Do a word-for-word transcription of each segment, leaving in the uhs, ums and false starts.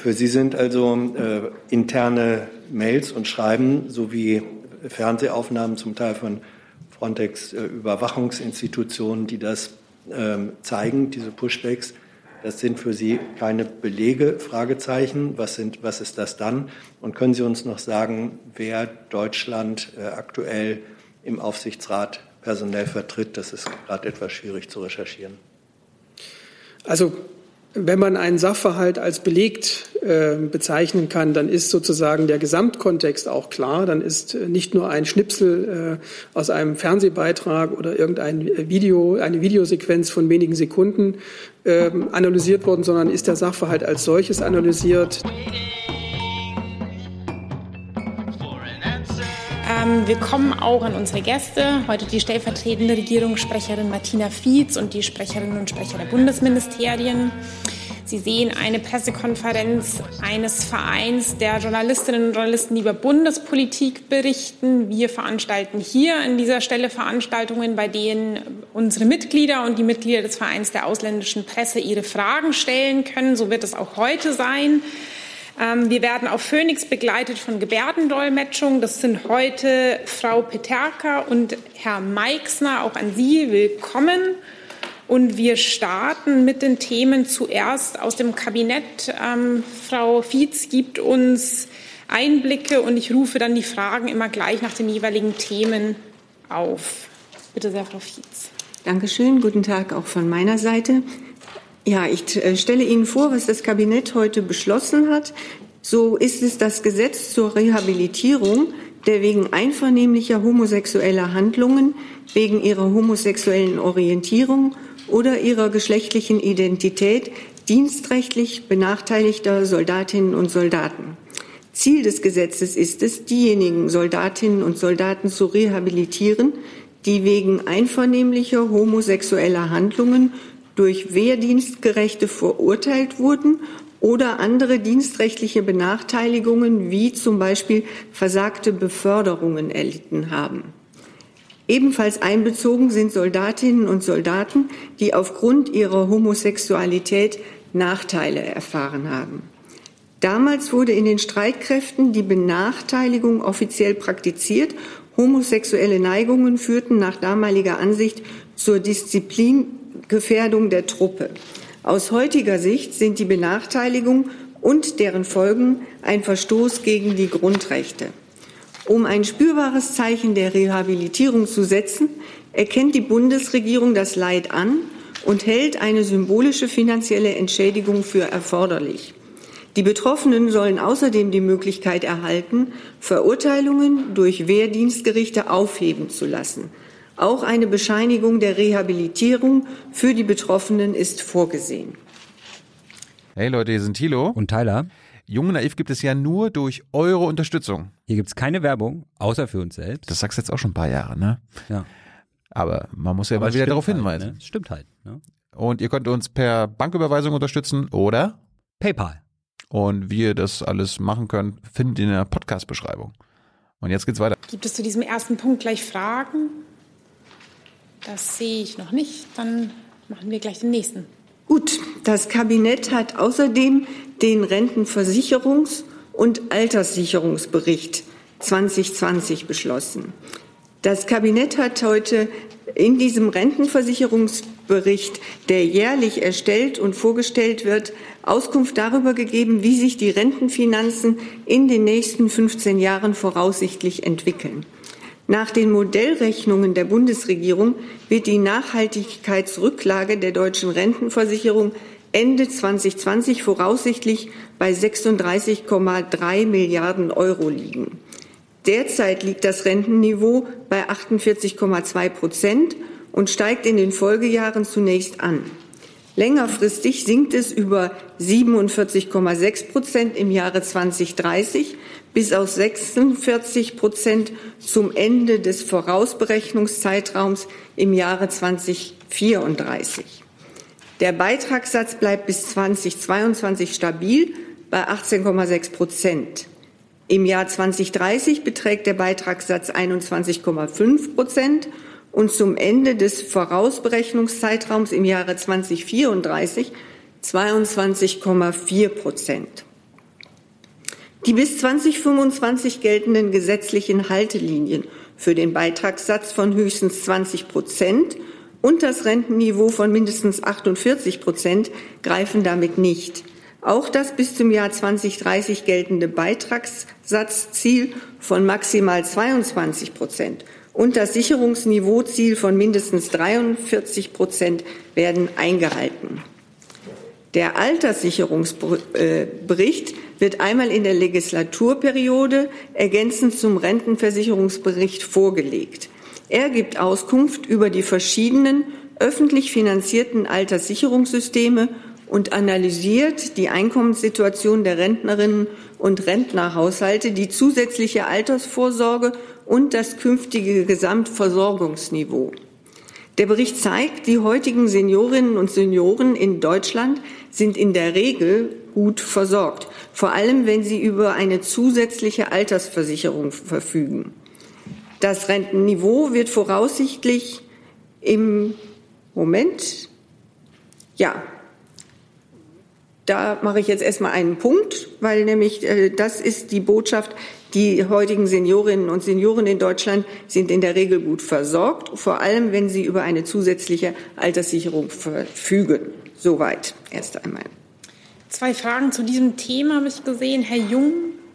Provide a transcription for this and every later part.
Für Sie sind also äh, interne Mails und Schreiben sowie Fernsehaufnahmen zum Teil von Frontex-Überwachungsinstitutionen, die das äh, zeigen, diese Pushbacks, das sind für Sie keine Belege, Fragezeichen. Was sind, was ist das dann? Und können Sie uns noch sagen, wer Deutschland äh, aktuell im Aufsichtsrat personell vertritt? Das ist gerade etwas schwierig zu recherchieren. Also wenn man einen Sachverhalt als belegt äh, bezeichnen kann, dann ist sozusagen der Gesamtkontext auch klar. Dann ist äh, nicht nur ein Schnipsel äh, aus einem Fernsehbeitrag oder irgendein Video, eine Videosequenz von wenigen Sekunden äh, analysiert worden, sondern ist der Sachverhalt als solches analysiert. Ähm, wir kommen auch an unsere Gäste. Heute die stellvertretende Regierungssprecherin Martina Fietz und die Sprecherinnen und Sprecher der Bundesministerien. Sie sehen eine Pressekonferenz eines Vereins der Journalistinnen und Journalisten, die über Bundespolitik berichten. Wir veranstalten hier an dieser Stelle Veranstaltungen, bei denen unsere Mitglieder und die Mitglieder des Vereins der ausländischen Presse ihre Fragen stellen können. So wird es auch heute sein. Wir werden auf Phoenix begleitet von Gebärdendolmetschung. Das sind heute Frau Peterka und Herr Meixner. Auch an Sie willkommen. Und wir starten mit den Themen zuerst aus dem Kabinett. Ähm, Frau Fietz gibt uns Einblicke und ich rufe dann die Fragen immer gleich nach den jeweiligen Themen auf. Bitte sehr, Frau Fietz. Dankeschön. Guten Tag auch von meiner Seite. Ja, ich stelle Ihnen vor, was das Kabinett heute beschlossen hat. So ist es das Gesetz zur Rehabilitierung der wegen einvernehmlicher homosexueller Handlungen, wegen ihrer homosexuellen Orientierung oder ihrer geschlechtlichen Identität dienstrechtlich benachteiligter Soldatinnen und Soldaten. Ziel des Gesetzes ist es, diejenigen Soldatinnen und Soldaten zu rehabilitieren, die wegen einvernehmlicher homosexueller Handlungen durch Wehrdienstgerechte verurteilt wurden oder andere dienstrechtliche Benachteiligungen wie zum Beispiel versagte Beförderungen erlitten haben. Ebenfalls einbezogen sind Soldatinnen und Soldaten, die aufgrund ihrer Homosexualität Nachteile erfahren haben. Damals wurde in den Streitkräften die Benachteiligung offiziell praktiziert. Homosexuelle Neigungen führten nach damaliger Ansicht zur Disziplingefährdung der Truppe. Aus heutiger Sicht sind die Benachteiligung und deren Folgen ein Verstoß gegen die Grundrechte. Um ein spürbares Zeichen der Rehabilitierung zu setzen, erkennt die Bundesregierung das Leid an und hält eine symbolische finanzielle Entschädigung für erforderlich. Die Betroffenen sollen außerdem die Möglichkeit erhalten, Verurteilungen durch Wehrdienstgerichte aufheben zu lassen. Auch eine Bescheinigung der Rehabilitierung für die Betroffenen ist vorgesehen. Hey Leute, hier sind Thilo und Tyler. Jung und Naiv gibt es ja nur durch eure Unterstützung. Hier gibt es keine Werbung, außer für uns selbst. Das sagst du jetzt auch schon ein paar Jahre, ne? Ja. Aber man muss ja Aber mal wieder darauf halt, hinweisen. Ne? Stimmt halt. Ne? Und ihr könnt uns per Banküberweisung unterstützen oder PayPal. Und wie ihr das alles machen könnt, findet ihr in der Podcast-Beschreibung. Und jetzt geht's weiter. Gibt es zu diesem ersten Punkt gleich Fragen? Das sehe ich noch nicht. Dann machen wir gleich den nächsten. Gut, das Kabinett hat außerdem den Rentenversicherungs- und Alterssicherungsbericht zwanzig zwanzig beschlossen. Das Kabinett hat heute in diesem Rentenversicherungsbericht, der jährlich erstellt und vorgestellt wird, Auskunft darüber gegeben, wie sich die Rentenfinanzen in den nächsten fünfzehn Jahren voraussichtlich entwickeln. Nach den Modellrechnungen der Bundesregierung wird die Nachhaltigkeitsrücklage der deutschen Rentenversicherung Ende zwanzig zwanzig voraussichtlich bei sechsunddreißig Komma drei Milliarden Euro liegen. Derzeit liegt das Rentenniveau bei achtundvierzig Komma zwei Prozent und steigt in den Folgejahren zunächst an. Längerfristig sinkt es über siebenundvierzig Komma sechs Prozent im Jahre zwanzig dreißig bis auf sechsundvierzig Prozent zum Ende des Vorausberechnungszeitraums im Jahre zwanzig vierunddreißig. Der Beitragssatz bleibt bis zwanzig zweiundzwanzig stabil bei achtzehn Komma sechs Prozent. Im Jahr zwanzig dreißig beträgt der Beitragssatz einundzwanzig Komma fünf Prozent und zum Ende des Vorausberechnungszeitraums im Jahre zwanzig vierunddreißig zweiundzwanzig Komma vier Prozent. Die bis zweitausendfünfundzwanzig geltenden gesetzlichen Haltelinien für den Beitragssatz von höchstens zwanzig Prozent und das Rentenniveau von mindestens achtundvierzig Prozent greifen damit nicht. Auch das bis zum Jahr zweitausenddreißig geltende Beitragssatzziel von maximal zweiundzwanzig Prozent und das Sicherungsniveauziel von mindestens dreiundvierzig Prozent werden eingehalten. Der Alterssicherungsbericht wird einmal in der Legislaturperiode ergänzend zum Rentenversicherungsbericht vorgelegt. Er gibt Auskunft über die verschiedenen öffentlich finanzierten Alterssicherungssysteme und analysiert die Einkommenssituation der Rentnerinnen und Rentnerhaushalte, die zusätzliche Altersvorsorge und das künftige Gesamtversorgungsniveau. Der Bericht zeigt, die heutigen Seniorinnen und Senioren in Deutschland sind in der Regel gut versorgt, vor allem wenn sie über eine zusätzliche Altersversicherung verfügen. Das Rentenniveau wird voraussichtlich im Moment, ja, da mache ich jetzt erstmal einen Punkt, weil nämlich äh, das ist die Botschaft, die heutigen Seniorinnen und Senioren in Deutschland sind in der Regel gut versorgt, vor allem wenn sie über eine zusätzliche Alterssicherung verfügen. Soweit erst einmal. Zwei Fragen zu diesem Thema habe ich gesehen. Herr Jung.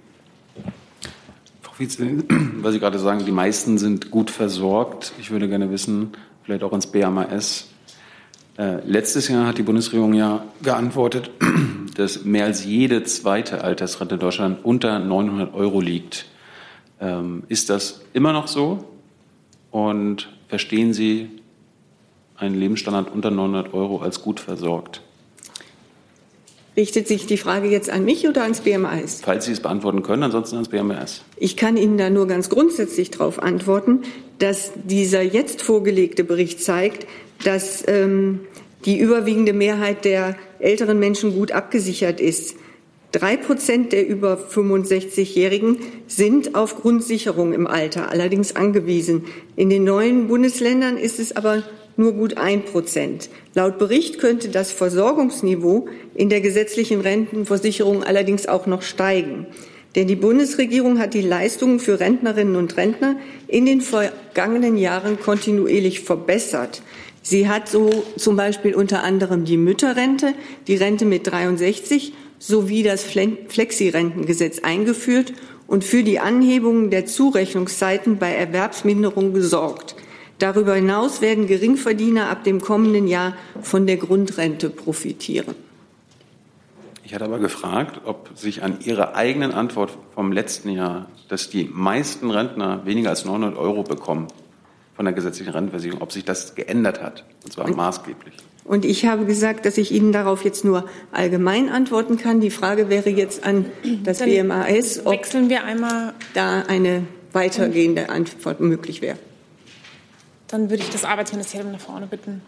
Frau Fietz, was Sie gerade sagen, die meisten sind gut versorgt. Ich würde gerne wissen, vielleicht auch ins B M A S. Äh, letztes Jahr hat die Bundesregierung ja geantwortet, dass mehr als jede zweite Altersrente in Deutschland unter neunhundert Euro liegt. Ähm, ist das immer noch so? Und verstehen Sie einen Lebensstandard unter neunhundert Euro als gut versorgt? Richtet sich die Frage jetzt an mich oder ans B M A S? Falls Sie es beantworten können, ansonsten ans B M A S. Ich kann Ihnen da nur ganz grundsätzlich darauf antworten, dass dieser jetzt vorgelegte Bericht zeigt, dass ähm, die überwiegende Mehrheit der älteren Menschen gut abgesichert ist. Drei Prozent der über fünfundsechzigjährigen sind auf Grundsicherung im Alter, allerdings angewiesen. In den neuen Bundesländern ist es aber nur gut ein Prozent. Laut Bericht könnte das Versorgungsniveau in der gesetzlichen Rentenversicherung allerdings auch noch steigen. Denn die Bundesregierung hat die Leistungen für Rentnerinnen und Rentner in den vergangenen Jahren kontinuierlich verbessert. Sie hat so zum Beispiel unter anderem die Mütterrente, die Rente mit dreiundsechzig sowie das Flexirentengesetz eingeführt und für die Anhebung der Zurechnungszeiten bei Erwerbsminderung gesorgt. Darüber hinaus werden Geringverdiener ab dem kommenden Jahr von der Grundrente profitieren. Ich hatte aber gefragt, ob sich an Ihrer eigenen Antwort vom letzten Jahr, dass die meisten Rentner weniger als neunhundert Euro bekommen von der gesetzlichen Rentenversicherung, ob sich das geändert hat, und zwar und, maßgeblich. Und ich habe gesagt, dass ich Ihnen darauf jetzt nur allgemein antworten kann. Die Frage wäre jetzt an das Dann B M A S, ob wechseln wir einmal da eine weitergehende Antwort möglich wäre. Dann würde ich das Arbeitsministerium nach vorne bitten.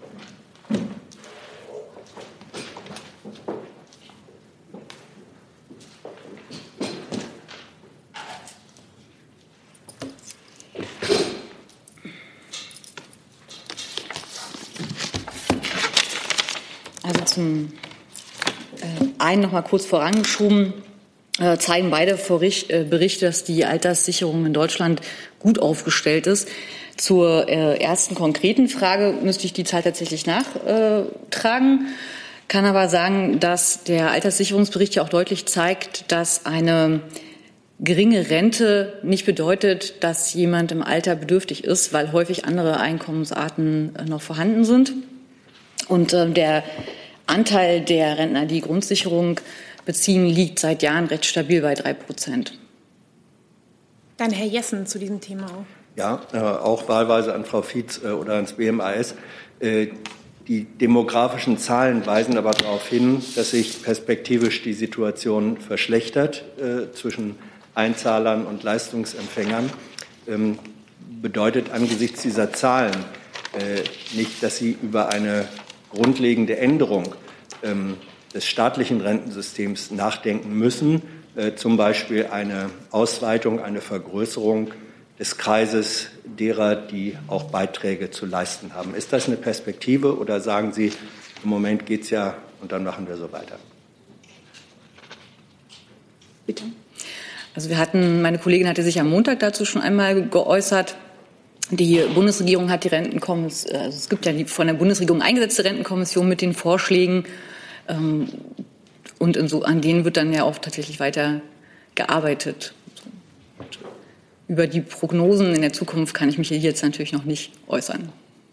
Also zum äh, einen noch mal kurz vorangeschoben, äh, zeigen beide Bericht, äh, Berichte, dass die Alterssicherung in Deutschland gut aufgestellt ist. Zur äh, ersten konkreten Frage müsste ich die Zahl tatsächlich nachtragen, kann aber sagen, dass der Alterssicherungsbericht ja auch deutlich zeigt, dass eine geringe Rente nicht bedeutet, dass jemand im Alter bedürftig ist, weil häufig andere Einkommensarten äh, noch vorhanden sind. Und äh, der Anteil der Rentner, die Grundsicherung beziehen, liegt seit Jahren recht stabil bei drei Prozent. Dann Herr Jessen zu diesem Thema auch. Ja, äh, auch wahlweise an Frau Fietz äh, oder ans B M A S. Äh, die demografischen Zahlen weisen aber darauf hin, dass sich perspektivisch die Situation verschlechtert äh, zwischen Einzahlern und Leistungsempfängern. Ähm, bedeutet angesichts dieser Zahlen äh, nicht, dass Sie über eine grundlegende Änderung ähm, des staatlichen Rentensystems nachdenken müssen, äh, zum Beispiel eine Ausweitung, eine Vergrößerung des Kreises derer, die auch Beiträge zu leisten haben. Ist das eine Perspektive oder sagen Sie, im Moment geht es ja und dann machen wir so weiter? Bitte. Also wir hatten, meine Kollegin hatte sich am Montag dazu schon einmal geäußert. Die Bundesregierung hat die Rentenkommission, also es gibt ja die von der Bundesregierung eingesetzte Rentenkommission mit den Vorschlägen. Ähm, und in so, an denen wird dann ja auch tatsächlich weiter gearbeitet. Über die Prognosen in der Zukunft kann ich mich hier jetzt natürlich noch nicht äußern.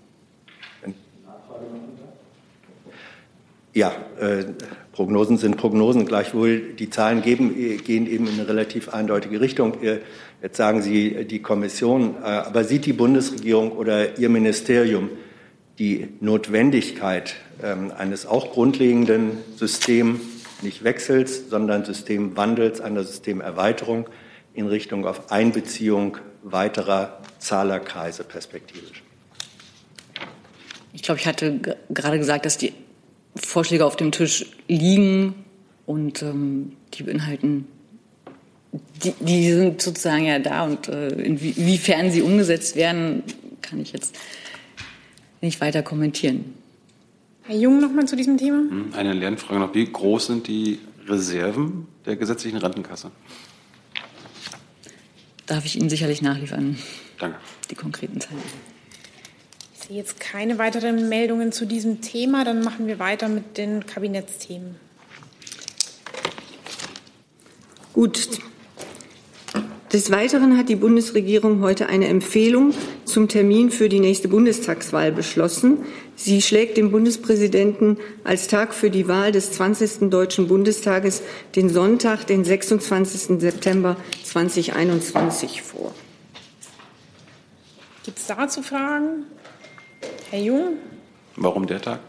Ja, äh, Prognosen sind Prognosen. Gleichwohl, die Zahlen geben, gehen eben in eine relativ eindeutige Richtung. Jetzt sagen Sie die Kommission, äh, aber sieht die Bundesregierung oder Ihr Ministerium die Notwendigkeit ähm, eines auch grundlegenden System, nicht Wechsels, sondern Systemwandels, einer Systemerweiterung in Richtung auf Einbeziehung weiterer Zahlerkreise perspektivisch? Ich glaube, ich hatte g- gerade gesagt, dass die Vorschläge auf dem Tisch liegen und ähm, die beinhalten, die, die sind sozusagen ja da und äh, inwiefern sie umgesetzt werden, kann ich jetzt nicht weiter kommentieren. Herr Jung, noch mal zu diesem Thema. Eine Lernfrage noch. Wie groß sind die Reserven der gesetzlichen Rentenkasse? Darf ich Ihnen sicherlich nachliefern. Danke. Die konkreten Zahlen. Ich sehe jetzt keine weiteren Meldungen zu diesem Thema. Dann machen wir weiter mit den Kabinettsthemen. Gut. Des Weiteren hat die Bundesregierung heute eine Empfehlung zum Termin für die nächste Bundestagswahl beschlossen. Sie schlägt dem Bundespräsidenten als Tag für die Wahl des zwanzigsten Deutschen Bundestages den Sonntag, den sechsundzwanzigsten September zweitausendeinundzwanzig vor. Gibt es dazu Fragen? Herr Jung? Warum der Tag?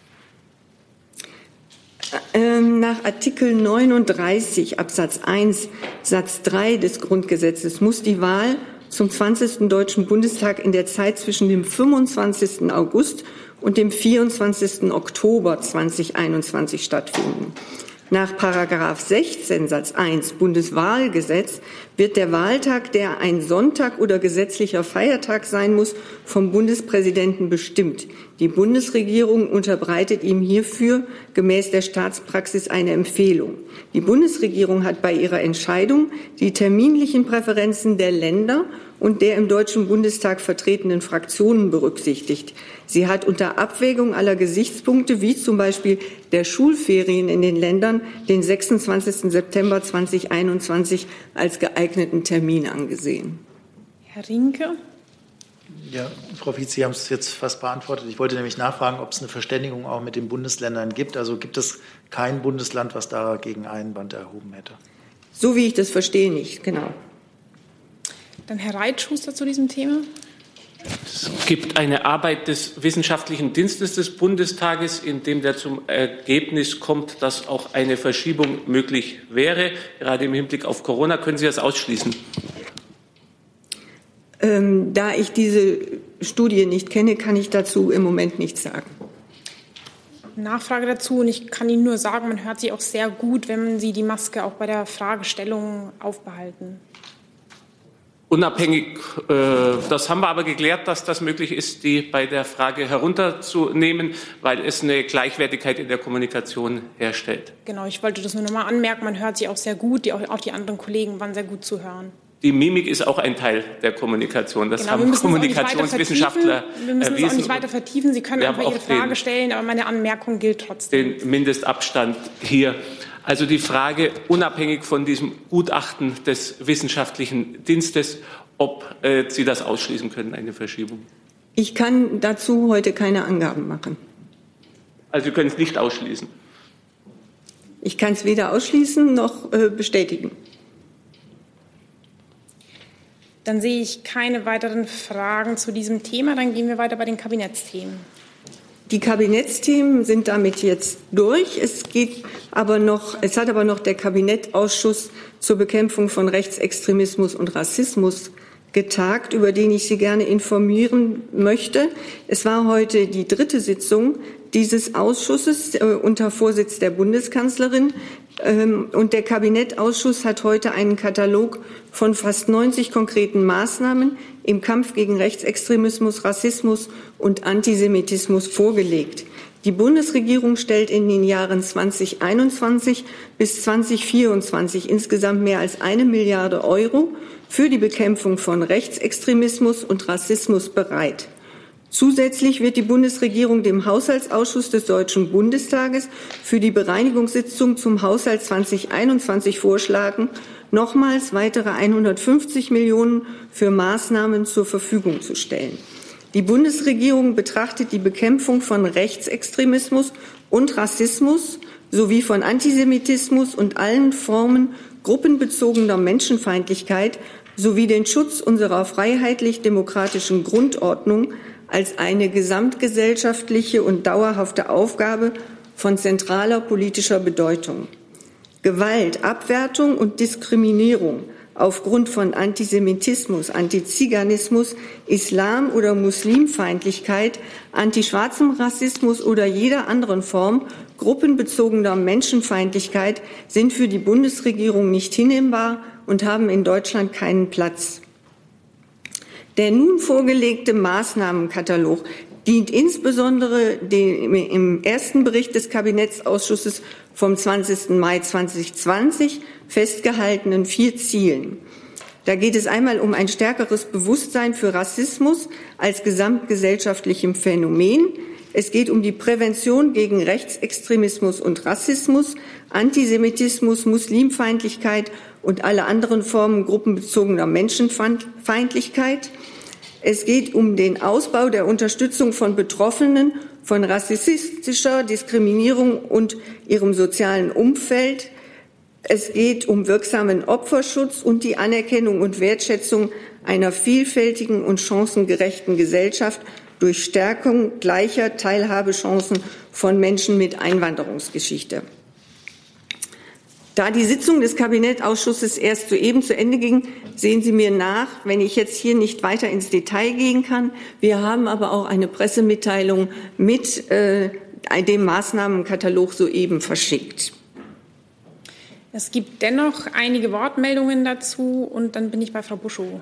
Ähm, nach Artikel neununddreißig Absatz eins Satz drei des Grundgesetzes muss die Wahl zum zwanzigsten Deutschen Bundestag in der Zeit zwischen dem fünfundzwanzigsten August und dem vierundzwanzigsten Oktober zweitausendeinundzwanzig stattfinden. Nach Paragraph sechzehn Satz eins Bundeswahlgesetz wird der Wahltag, der ein Sonntag oder gesetzlicher Feiertag sein muss, vom Bundespräsidenten bestimmt. Die Bundesregierung unterbreitet ihm hierfür gemäß der Staatspraxis eine Empfehlung. Die Bundesregierung hat bei ihrer Entscheidung die terminlichen Präferenzen der Länder und der im Deutschen Bundestag vertretenen Fraktionen berücksichtigt. Sie hat unter Abwägung aller Gesichtspunkte, wie zum Beispiel der Schulferien in den Ländern, den sechsundzwanzigsten September zweitausendeinundzwanzig als geeigneten Termin angesehen. Herr Rinke? Ja, Frau Fietz, Sie haben es jetzt fast beantwortet. Ich wollte nämlich nachfragen, ob es eine Verständigung auch mit den Bundesländern gibt. Also gibt es kein Bundesland, was dagegen Einwand erhoben hätte? So wie ich das verstehe, nicht, genau. Dann Herr Reitschuster zu diesem Thema. Es gibt eine Arbeit des Wissenschaftlichen Dienstes des Bundestages, in dem der zum Ergebnis kommt, dass auch eine Verschiebung möglich wäre. Gerade im Hinblick auf Corona. Können Sie das ausschließen? Ähm, da ich diese Studie nicht kenne, kann ich dazu im Moment nichts sagen. Nachfrage dazu, und ich kann Ihnen nur sagen, man hört Sie auch sehr gut, wenn Sie die Maske auch bei der Fragestellung aufbehalten. Unabhängig, äh, das haben wir aber geklärt, dass das möglich ist, die bei der Frage herunterzunehmen, weil es eine Gleichwertigkeit in der Kommunikation herstellt. Genau, ich wollte das nur noch mal anmerken, man hört Sie auch sehr gut, die, auch die anderen Kollegen waren sehr gut zu hören. Die Mimik ist auch ein Teil der Kommunikation. Das genau, haben Kommunikationswissenschaftler Wir müssen es auch erwiesen. nicht weiter vertiefen. Sie können einfach Ihre Frage den, stellen, aber meine Anmerkung gilt trotzdem. Den Mindestabstand hier. Also die Frage, unabhängig von diesem Gutachten des Wissenschaftlichen Dienstes, ob äh, Sie das ausschließen können, eine Verschiebung. Ich kann dazu heute keine Angaben machen. Also Sie können es nicht ausschließen? Ich kann es weder ausschließen noch äh, bestätigen. Dann sehe ich keine weiteren Fragen zu diesem Thema. Dann gehen wir weiter bei den Kabinettsthemen. Die Kabinettsthemen sind damit jetzt durch. Es geht aber noch, es hat aber noch der Kabinettausschuss zur Bekämpfung von Rechtsextremismus und Rassismus getagt, über den ich Sie gerne informieren möchte. Es war heute die dritte Sitzung dieses Ausschusses äh, unter Vorsitz der Bundeskanzlerin. Ähm, und der Kabinettausschuss hat heute einen Katalog von fast neunzig konkreten Maßnahmen im Kampf gegen Rechtsextremismus, Rassismus und Antisemitismus vorgelegt. Die Bundesregierung stellt in den Jahren zweitausendeinundzwanzig bis zweitausendvierundzwanzig insgesamt mehr als eine Milliarde Euro für die Bekämpfung von Rechtsextremismus und Rassismus bereit. Zusätzlich wird die Bundesregierung dem Haushaltsausschuss des Deutschen Bundestages für die Bereinigungssitzung zum Haushalt zweitausendeinundzwanzig vorschlagen, nochmals weitere hundertfünfzig Millionen für Maßnahmen zur Verfügung zu stellen. Die Bundesregierung betrachtet die Bekämpfung von Rechtsextremismus und Rassismus sowie von Antisemitismus und allen Formen gruppenbezogener Menschenfeindlichkeit sowie den Schutz unserer freiheitlich-demokratischen Grundordnung als eine gesamtgesellschaftliche und dauerhafte Aufgabe von zentraler politischer Bedeutung. Gewalt, Abwertung und Diskriminierung aufgrund von Antisemitismus, Antiziganismus, Islam- oder Muslimfeindlichkeit, antischwarzem Rassismus oder jeder anderen Form gruppenbezogener Menschenfeindlichkeit sind für die Bundesregierung nicht hinnehmbar und haben in Deutschland keinen Platz. Der nun vorgelegte Maßnahmenkatalog dient insbesondere dem im ersten Bericht des Kabinettsausschusses vom zwanzigsten Mai zweitausendzwanzig festgehaltenen vier Zielen. Da geht es einmal um ein stärkeres Bewusstsein für Rassismus als gesamtgesellschaftlichem Phänomen. Es geht um die Prävention gegen Rechtsextremismus und Rassismus, Antisemitismus, Muslimfeindlichkeit und alle anderen Formen gruppenbezogener Menschenfeindlichkeit. Es geht um den Ausbau der Unterstützung von Betroffenen von rassistischer Diskriminierung und ihrem sozialen Umfeld. Es geht um wirksamen Opferschutz und die Anerkennung und Wertschätzung einer vielfältigen und chancengerechten Gesellschaft durch Stärkung gleicher Teilhabechancen von Menschen mit Einwanderungsgeschichte. Da die Sitzung des Kabinettsausschusses erst soeben zu Ende ging, sehen Sie mir nach, wenn ich jetzt hier nicht weiter ins Detail gehen kann. Wir haben aber auch eine Pressemitteilung mit äh, dem Maßnahmenkatalog soeben verschickt. Es gibt dennoch einige Wortmeldungen dazu und dann bin ich bei Frau Buschow.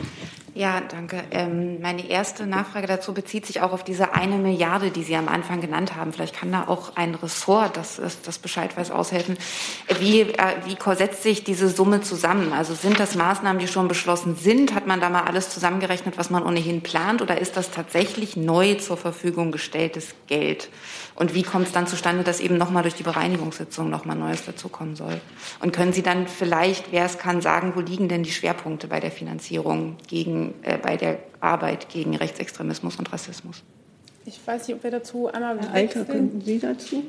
Ja, danke. Ähm, meine erste Nachfrage dazu bezieht sich auch auf diese eine Milliarde, die Sie am Anfang genannt haben. Vielleicht kann da auch ein Ressort, das, das Bescheid weiß, aushelfen. Wie, äh, wie setzt sich diese Summe zusammen? Also sind das Maßnahmen, die schon beschlossen sind? Hat man da mal alles zusammengerechnet, was man ohnehin plant? Oder ist das tatsächlich neu zur Verfügung gestelltes Geld? Und wie kommt es dann zustande, dass eben nochmal durch die Bereinigungssitzung nochmal Neues dazukommen soll? Und können Sie dann vielleicht, wer es kann, sagen, wo liegen denn die Schwerpunkte bei der Finanzierung gegen, äh, bei der Arbeit gegen Rechtsextremismus und Rassismus? Ich weiß nicht, ob wir dazu einmal Herr Alter, könnten Sie dazu?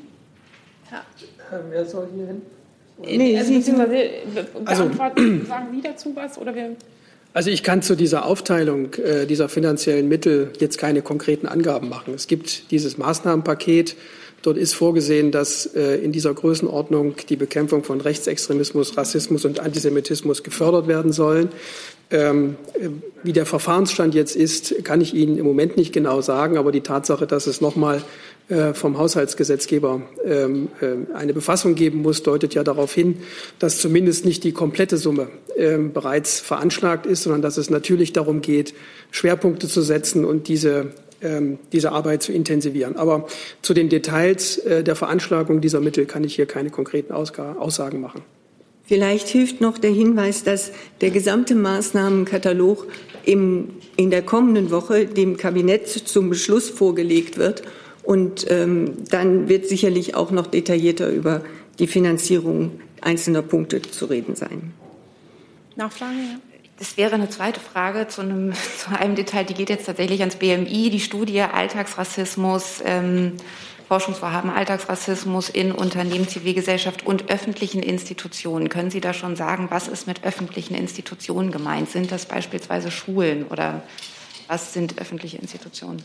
Ja. Wer soll hier hin? Nee, also, beziehungsweise also, beantworten, sagen Sie dazu was? Oder wir Also ich kann zu dieser Aufteilung äh, dieser finanziellen Mittel jetzt keine konkreten Angaben machen. Es gibt dieses Maßnahmenpaket. Dort ist vorgesehen, dass äh, in dieser Größenordnung die Bekämpfung von Rechtsextremismus, Rassismus und Antisemitismus gefördert werden sollen. Ähm, äh, wie der Verfahrensstand jetzt ist, kann ich Ihnen im Moment nicht genau sagen. Aber die Tatsache, dass es nochmal äh, vom Haushaltsgesetzgeber ähm, äh, eine Befassung geben muss, deutet ja darauf hin, dass zumindest nicht die komplette Summe äh, bereits veranschlagt ist, sondern dass es natürlich darum geht, Schwerpunkte zu setzen und diese diese Arbeit zu intensivieren. Aber zu den Details der Veranschlagung dieser Mittel kann ich hier keine konkreten Aussagen machen. Vielleicht hilft noch der Hinweis, dass der gesamte Maßnahmenkatalog im, in der kommenden Woche dem Kabinett zum Beschluss vorgelegt wird. Und ähm, dann wird sicherlich auch noch detaillierter über die Finanzierung einzelner Punkte zu reden sein. Nachfrage, ja. Das wäre eine zweite Frage zu einem, zu einem Detail, die geht jetzt tatsächlich ans B M I, die Studie Alltagsrassismus, ähm, Forschungsvorhaben Alltagsrassismus in Unternehmen, Zivilgesellschaft und öffentlichen Institutionen. Können Sie da schon sagen, was ist mit öffentlichen Institutionen gemeint? Sind das beispielsweise Schulen oder was sind öffentliche Institutionen?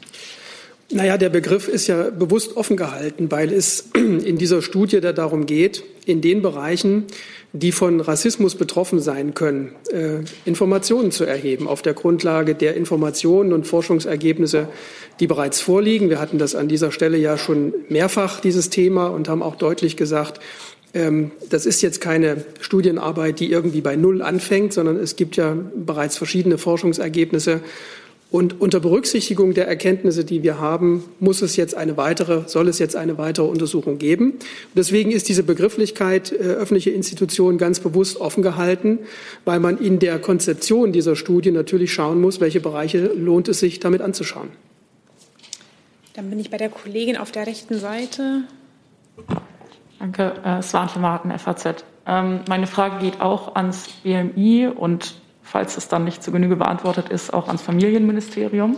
Naja, der Begriff ist ja bewusst offen gehalten, weil es in dieser Studie da darum geht, in den Bereichen, die von Rassismus betroffen sein können, äh, Informationen zu erheben auf der Grundlage der Informationen und Forschungsergebnisse, die bereits vorliegen. Wir hatten das an dieser Stelle ja schon mehrfach, dieses Thema, und haben auch deutlich gesagt, ähm, das ist jetzt keine Studienarbeit, die irgendwie bei Null anfängt, sondern es gibt ja bereits verschiedene Forschungsergebnisse. Und unter Berücksichtigung der Erkenntnisse, die wir haben, muss es jetzt eine weitere, soll es jetzt eine weitere Untersuchung geben. Und deswegen ist diese Begrifflichkeit äh, öffentliche Institution ganz bewusst offen gehalten, weil man in der Konzeption dieser Studie natürlich schauen muss, welche Bereiche lohnt es sich damit anzuschauen. Dann bin ich bei der Kollegin auf der rechten Seite. Danke, äh, Swantje Martin, F A Z. Ähm, meine Frage geht auch ans B M I und falls es dann nicht zu Genüge beantwortet ist, auch ans Familienministerium.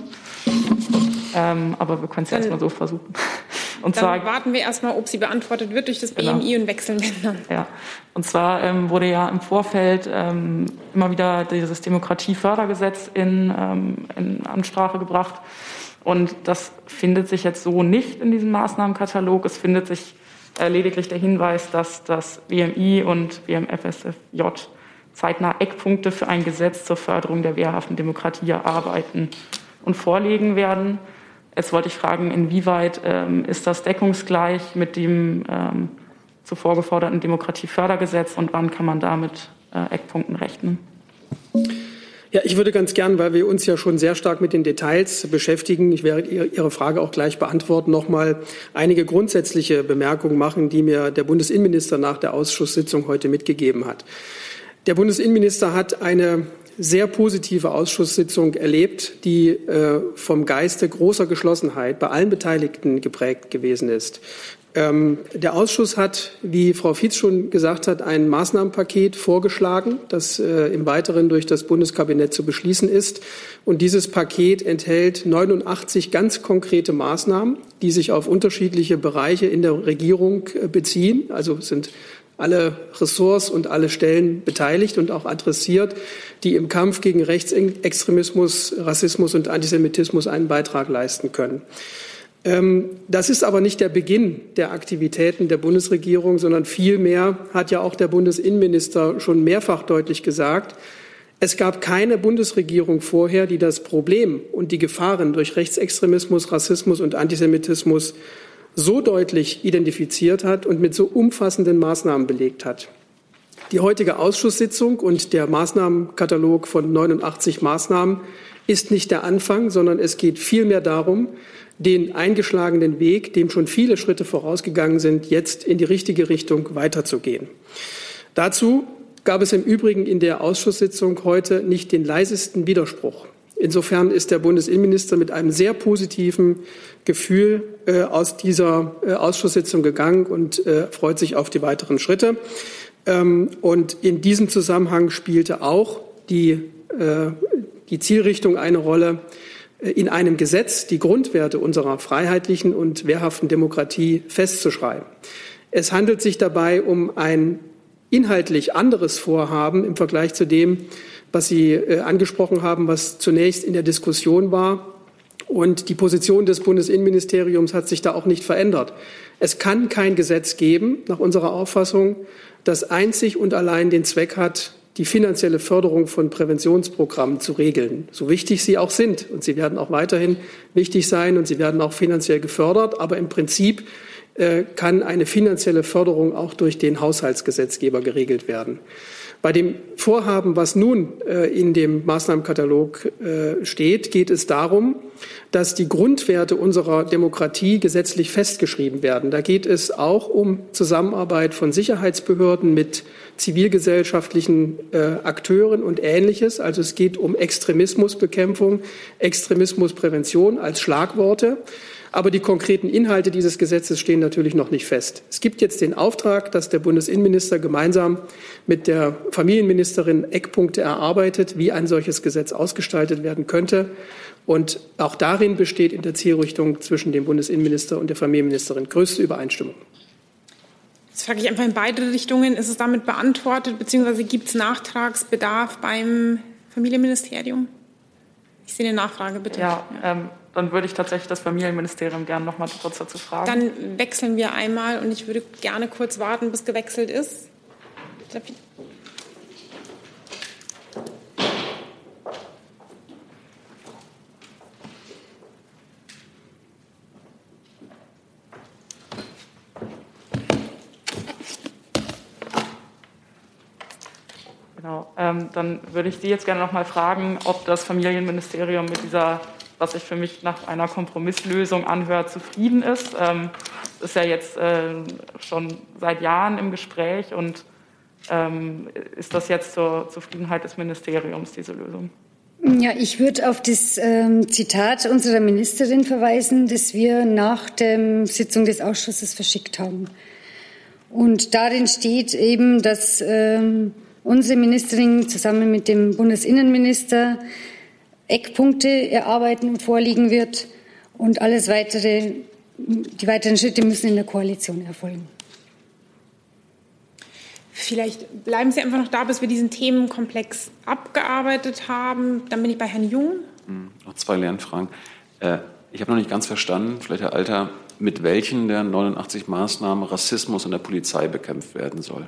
Ähm, aber wir können es ja erstmal so versuchen. Und dann zwar warten wir erstmal, ob sie beantwortet wird durch das B M I genau. und wechseln wir dann. Ja, und zwar ähm, wurde ja im Vorfeld ähm, immer wieder dieses Demokratiefördergesetz in, ähm, in Ansprache gebracht. Und das findet sich jetzt so nicht in diesem Maßnahmenkatalog. Es findet sich äh, lediglich der Hinweis, dass das B M I und B M F S F J zeitnah Eckpunkte für ein Gesetz zur Förderung der wehrhaften Demokratie erarbeiten und vorlegen werden. Jetzt wollte ich fragen, inwieweit ähm, ist das deckungsgleich mit dem ähm, zuvor geforderten Demokratiefördergesetz und wann kann man da mit äh, Eckpunkten rechnen? Ja, ich würde ganz gern, weil wir uns ja schon sehr stark mit den Details beschäftigen, ich werde Ihre Frage auch gleich beantworten, noch mal einige grundsätzliche Bemerkungen machen, die mir der Bundesinnenminister nach der Ausschusssitzung heute mitgegeben hat. Der Bundesinnenminister hat eine sehr positive Ausschusssitzung erlebt, die äh, vom Geiste großer Geschlossenheit bei allen Beteiligten geprägt gewesen ist. Ähm, der Ausschuss hat, wie Frau Fietz schon gesagt hat, ein Maßnahmenpaket vorgeschlagen, das äh, im Weiteren durch das Bundeskabinett zu beschließen ist. Und dieses Paket enthält neunundachtzig ganz konkrete Maßnahmen, die sich auf unterschiedliche Bereiche in der Regierung äh, beziehen. Also sind alle Ressorts und alle Stellen beteiligt und auch adressiert, die im Kampf gegen Rechtsextremismus, Rassismus und Antisemitismus einen Beitrag leisten können. Das ist aber nicht der Beginn der Aktivitäten der Bundesregierung, sondern vielmehr hat ja auch der Bundesinnenminister schon mehrfach deutlich gesagt, es gab keine Bundesregierung vorher, die das Problem und die Gefahren durch Rechtsextremismus, Rassismus und Antisemitismus so deutlich identifiziert hat und mit so umfassenden Maßnahmen belegt hat. Die heutige Ausschusssitzung und der Maßnahmenkatalog von neunundachtzig Maßnahmen ist nicht der Anfang, sondern es geht vielmehr darum, den eingeschlagenen Weg, dem schon viele Schritte vorausgegangen sind, jetzt in die richtige Richtung weiterzugehen. Dazu gab es im Übrigen in der Ausschusssitzung heute nicht den leisesten Widerspruch. Insofern ist der Bundesinnenminister mit einem sehr positiven Gefühl äh, aus dieser äh, Ausschusssitzung gegangen und äh, freut sich auf die weiteren Schritte. Ähm, und in diesem Zusammenhang spielte auch die, äh, die Zielrichtung eine Rolle, äh, in einem Gesetz die Grundwerte unserer freiheitlichen und wehrhaften Demokratie festzuschreiben. Es handelt sich dabei um ein inhaltlich anderes Vorhaben im Vergleich zu dem, was Sie äh, angesprochen haben, was zunächst in der Diskussion war. Und die Position des Bundesinnenministeriums hat sich da auch nicht verändert. Es kann kein Gesetz geben, nach unserer Auffassung, das einzig und allein den Zweck hat, die finanzielle Förderung von Präventionsprogrammen zu regeln, so wichtig sie auch sind. Und sie werden auch weiterhin wichtig sein und sie werden auch finanziell gefördert. Aber im Prinzip äh, kann eine finanzielle Förderung auch durch den Haushaltsgesetzgeber geregelt werden. Bei dem Vorhaben, was nun äh, in dem Maßnahmenkatalog äh, steht, geht es darum, dass die Grundwerte unserer Demokratie gesetzlich festgeschrieben werden. Da geht es auch um Zusammenarbeit von Sicherheitsbehörden mit zivilgesellschaftlichen äh, Akteuren und Ähnliches. Also es geht um Extremismusbekämpfung, Extremismusprävention als Schlagworte. Aber die konkreten Inhalte dieses Gesetzes stehen natürlich noch nicht fest. Es gibt jetzt den Auftrag, dass der Bundesinnenminister gemeinsam mit der Familienministerin Eckpunkte erarbeitet, wie ein solches Gesetz ausgestaltet werden könnte. Und auch darin besteht in der Zielrichtung zwischen dem Bundesinnenminister und der Familienministerin größte Übereinstimmung. Jetzt frage ich einfach in beide Richtungen. Ist es damit beantwortet, beziehungsweise gibt es Nachtragsbedarf beim Familienministerium? Ich sehe eine Nachfrage, bitte. Ja, ähm, dann würde ich tatsächlich das Familienministerium gerne noch mal kurz dazu fragen. Dann wechseln wir einmal und ich würde gerne kurz warten, bis gewechselt ist. Genau. Ähm, dann würde ich Sie jetzt gerne noch mal fragen, ob das Familienministerium mit dieser, was sich für mich nach einer Kompromisslösung anhört, zufrieden ist. Ähm, ist ja jetzt äh, schon seit Jahren im Gespräch und ähm, ist das jetzt zur Zufriedenheit des Ministeriums, diese Lösung? Ja, ich würde auf das ähm, Zitat unserer Ministerin verweisen, das wir nach der Sitzung des Ausschusses verschickt haben. Und darin steht eben, dass ähm, unsere Ministerin zusammen mit dem Bundesinnenminister Eckpunkte erarbeiten und vorlegen wird. Und alles weitere, die weiteren Schritte müssen in der Koalition erfolgen. Vielleicht bleiben Sie einfach noch da, bis wir diesen Themenkomplex abgearbeitet haben. Dann bin ich bei Herrn Jung. Hm, noch zwei Lernfragen. Äh, ich habe noch nicht ganz verstanden, vielleicht Herr Alter, mit welchen der neunundachtzig Maßnahmen Rassismus in der Polizei bekämpft werden soll.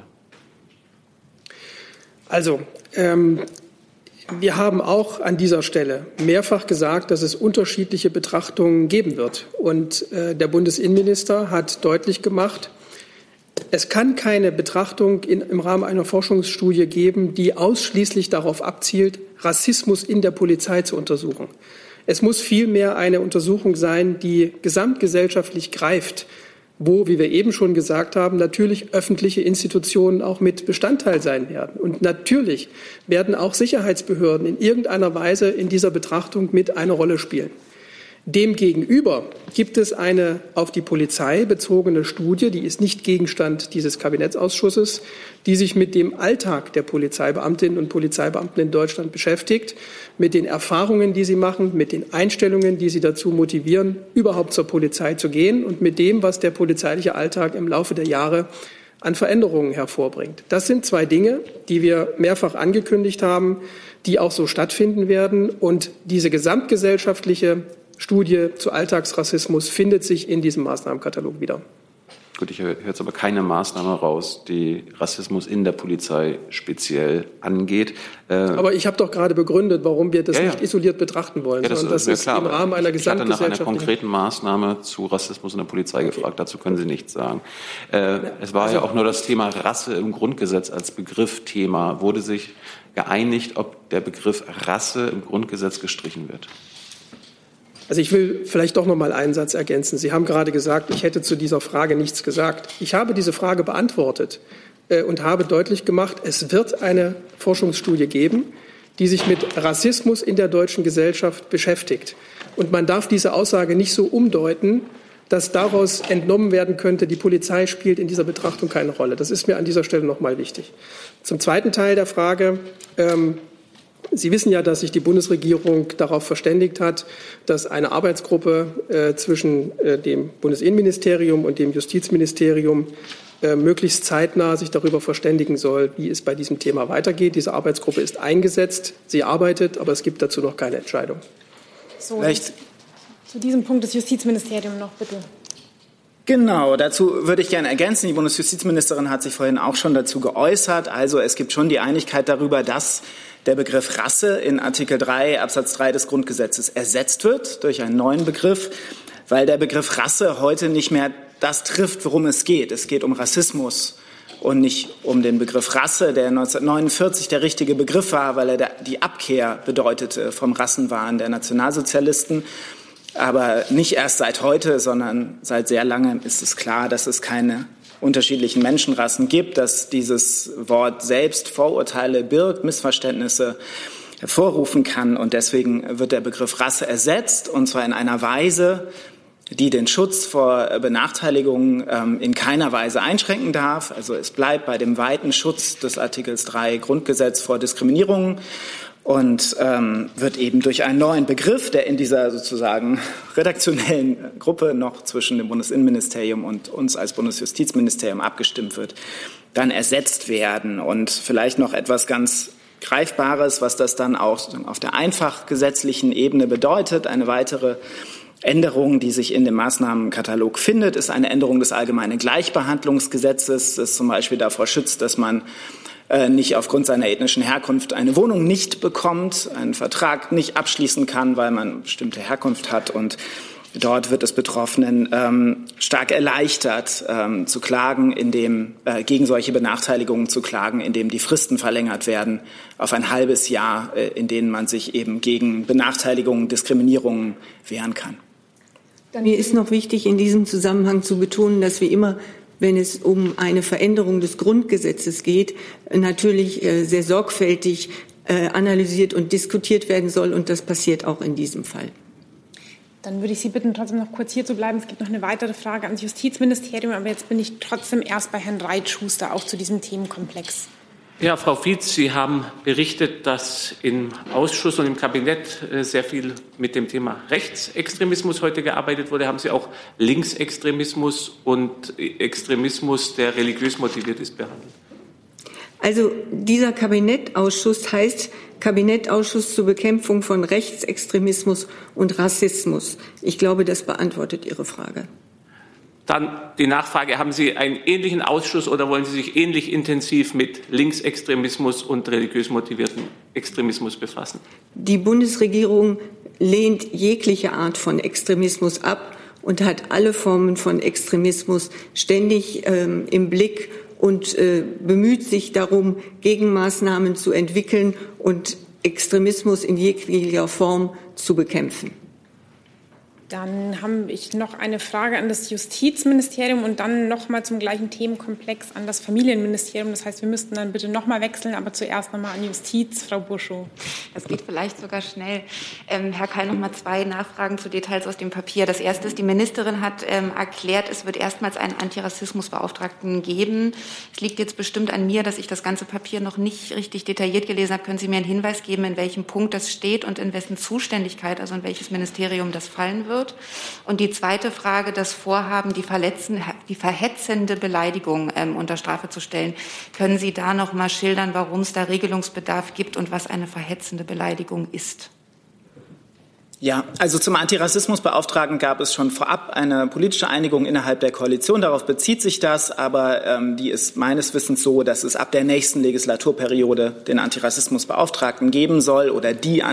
Also, ähm, wir haben auch an dieser Stelle mehrfach gesagt, dass es unterschiedliche Betrachtungen geben wird. Und äh, der Bundesinnenminister hat deutlich gemacht, es kann keine Betrachtung in, im Rahmen einer Forschungsstudie geben, die ausschließlich darauf abzielt, Rassismus in der Polizei zu untersuchen. Es muss vielmehr eine Untersuchung sein, die gesamtgesellschaftlich greift, wo, wie wir eben schon gesagt haben, natürlich öffentliche Institutionen auch mit Bestandteil sein werden. Und natürlich werden auch Sicherheitsbehörden in irgendeiner Weise in dieser Betrachtung mit eine Rolle spielen. Demgegenüber gibt es eine auf die Polizei bezogene Studie, die ist nicht Gegenstand dieses Kabinettsausschusses, die sich mit dem Alltag der Polizeibeamtinnen und Polizeibeamten in Deutschland beschäftigt, mit den Erfahrungen, die sie machen, mit den Einstellungen, die sie dazu motivieren, überhaupt zur Polizei zu gehen und mit dem, was der polizeiliche Alltag im Laufe der Jahre an Veränderungen hervorbringt. Das sind zwei Dinge, die wir mehrfach angekündigt haben, die auch so stattfinden werden. Und diese gesamtgesellschaftliche Studie zu Alltagsrassismus findet sich in diesem Maßnahmenkatalog wieder. Gut, ich höre jetzt aber keine Maßnahme raus, die Rassismus in der Polizei speziell angeht. Äh, aber ich habe doch gerade begründet, warum wir das ja, ja. nicht isoliert betrachten wollen, ja, das sondern ist, das ist klar, im Rahmen einer gesamtgesellschaftlichen... Ich hatte nach einer konkreten Maßnahme zu Rassismus in der Polizei okay. gefragt. Dazu können Sie nichts sagen. Äh, es war also, ja auch nur das Thema Rasse im Grundgesetz als Begriff Thema. Wurde sich geeinigt, ob der Begriff Rasse im Grundgesetz gestrichen wird? Also ich will vielleicht doch noch mal einen Satz ergänzen. Sie haben gerade gesagt, ich hätte zu dieser Frage nichts gesagt. Ich habe diese Frage beantwortet äh, und habe deutlich gemacht, es wird eine Forschungsstudie geben, die sich mit Rassismus in der deutschen Gesellschaft beschäftigt. Und man darf diese Aussage nicht so umdeuten, dass daraus entnommen werden könnte, die Polizei spielt in dieser Betrachtung keine Rolle. Das ist mir an dieser Stelle noch mal wichtig. Zum zweiten Teil der Frage. Ähm, Sie wissen ja, dass sich die Bundesregierung darauf verständigt hat, dass eine Arbeitsgruppe äh, zwischen äh, dem Bundesinnenministerium und dem Justizministerium äh, möglichst zeitnah sich darüber verständigen soll, wie es bei diesem Thema weitergeht. Diese Arbeitsgruppe ist eingesetzt, sie arbeitet, aber es gibt dazu noch keine Entscheidung. So, Vielleicht zu diesem Punkt das Justizministerium noch, bitte. Genau, dazu würde ich gerne ergänzen. Die Bundesjustizministerin hat sich vorhin auch schon dazu geäußert. Also es gibt schon die Einigkeit darüber, dass der Begriff Rasse in Artikel drei Absatz drei des Grundgesetzes ersetzt wird durch einen neuen Begriff, weil der Begriff Rasse heute nicht mehr das trifft, worum es geht. Es geht um Rassismus und nicht um den Begriff Rasse, der neunzehnhundertneunundvierzig der richtige Begriff war, weil er die Abkehr bedeutete vom Rassenwahn der Nationalsozialisten. Aber nicht erst seit heute, sondern seit sehr langem ist es klar, dass es keine unterschiedlichen Menschenrassen gibt, dass dieses Wort selbst Vorurteile birgt, Missverständnisse hervorrufen kann. Und deswegen wird der Begriff Rasse ersetzt, und zwar in einer Weise, die den Schutz vor Benachteiligungen ähm, in keiner Weise einschränken darf. Also es bleibt bei dem weiten Schutz des Artikels drei Grundgesetz vor Diskriminierungen und ähm, wird eben durch einen neuen Begriff, der in dieser sozusagen redaktionellen Gruppe noch zwischen dem Bundesinnenministerium und uns als Bundesjustizministerium abgestimmt wird, dann ersetzt werden. Und vielleicht noch etwas ganz Greifbares, was das dann auch auf der einfach gesetzlichen Ebene bedeutet. Eine weitere Änderung, die sich in dem Maßnahmenkatalog findet, ist eine Änderung des Allgemeinen Gleichbehandlungsgesetzes, das zum Beispiel davor schützt, dass man nicht aufgrund seiner ethnischen Herkunft eine Wohnung nicht bekommt, einen Vertrag nicht abschließen kann, weil man bestimmte Herkunft hat. Und Dort wird es Betroffenen ähm, stark erleichtert, ähm, zu klagen, indem äh, gegen solche Benachteiligungen zu klagen, indem die Fristen verlängert werden auf ein halbes Jahr, äh, in denen man sich eben gegen Benachteiligungen, Diskriminierungen wehren kann. Mir ist noch wichtig, in diesem Zusammenhang zu betonen, dass wir immer, wenn es um eine Veränderung des Grundgesetzes geht, natürlich äh, sehr sorgfältig äh, analysiert und diskutiert werden soll. Und das passiert auch in diesem Fall. Dann würde ich Sie bitten, trotzdem noch kurz hier zu bleiben. Es gibt noch eine weitere Frage ans Justizministerium, aber jetzt bin ich trotzdem erst bei Herrn Reitschuster, auch zu diesem Themenkomplex. Ja, Frau Fietz, Sie haben berichtet, dass im Ausschuss und im Kabinett sehr viel mit dem Thema Rechtsextremismus heute gearbeitet wurde. Haben Sie auch Linksextremismus und Extremismus, der religiös motiviert ist, behandelt? Also dieser Kabinettausschuss heißt Kabinettausschuss zur Bekämpfung von Rechtsextremismus und Rassismus. Ich glaube, das beantwortet Ihre Frage. Dann die Nachfrage, haben Sie einen ähnlichen Ausschuss oder wollen Sie sich ähnlich intensiv mit Linksextremismus und religiös motivierten Extremismus befassen? Die Bundesregierung lehnt jegliche Art von Extremismus ab und hat alle Formen von Extremismus ständig ähm, im Blick und äh, bemüht sich darum, Gegenmaßnahmen zu entwickeln und Extremismus in jeglicher Form zu bekämpfen. Dann habe ich noch eine Frage an das Justizministerium und dann noch mal zum gleichen Themenkomplex an das Familienministerium. Das heißt, wir müssten dann bitte noch mal wechseln, aber zuerst noch mal an Justiz. Frau Buschow. Das geht vielleicht sogar schnell. Ähm, Herr Keil, noch mal zwei Nachfragen zu Details aus dem Papier. Das erste ist, die Ministerin hat ähm, erklärt, es wird erstmals einen Antirassismusbeauftragten geben. Es liegt jetzt bestimmt an mir, dass ich das ganze Papier noch nicht richtig detailliert gelesen habe. Können Sie mir einen Hinweis geben, in welchem Punkt das steht und in wessen Zuständigkeit, also in welches Ministerium das fallen wird? Und die zweite Frage, das Vorhaben, die, verletzen, die verhetzende Beleidigung ähm, unter Strafe zu stellen. Können Sie da noch mal schildern, warum es da Regelungsbedarf gibt und was eine verhetzende Beleidigung ist? Ja, also zum Antirassismusbeauftragten gab es schon vorab eine politische Einigung innerhalb der Koalition. Darauf bezieht sich das, aber ähm, die ist meines Wissens so, dass es ab der nächsten Legislaturperiode den Antirassismusbeauftragten geben soll oder die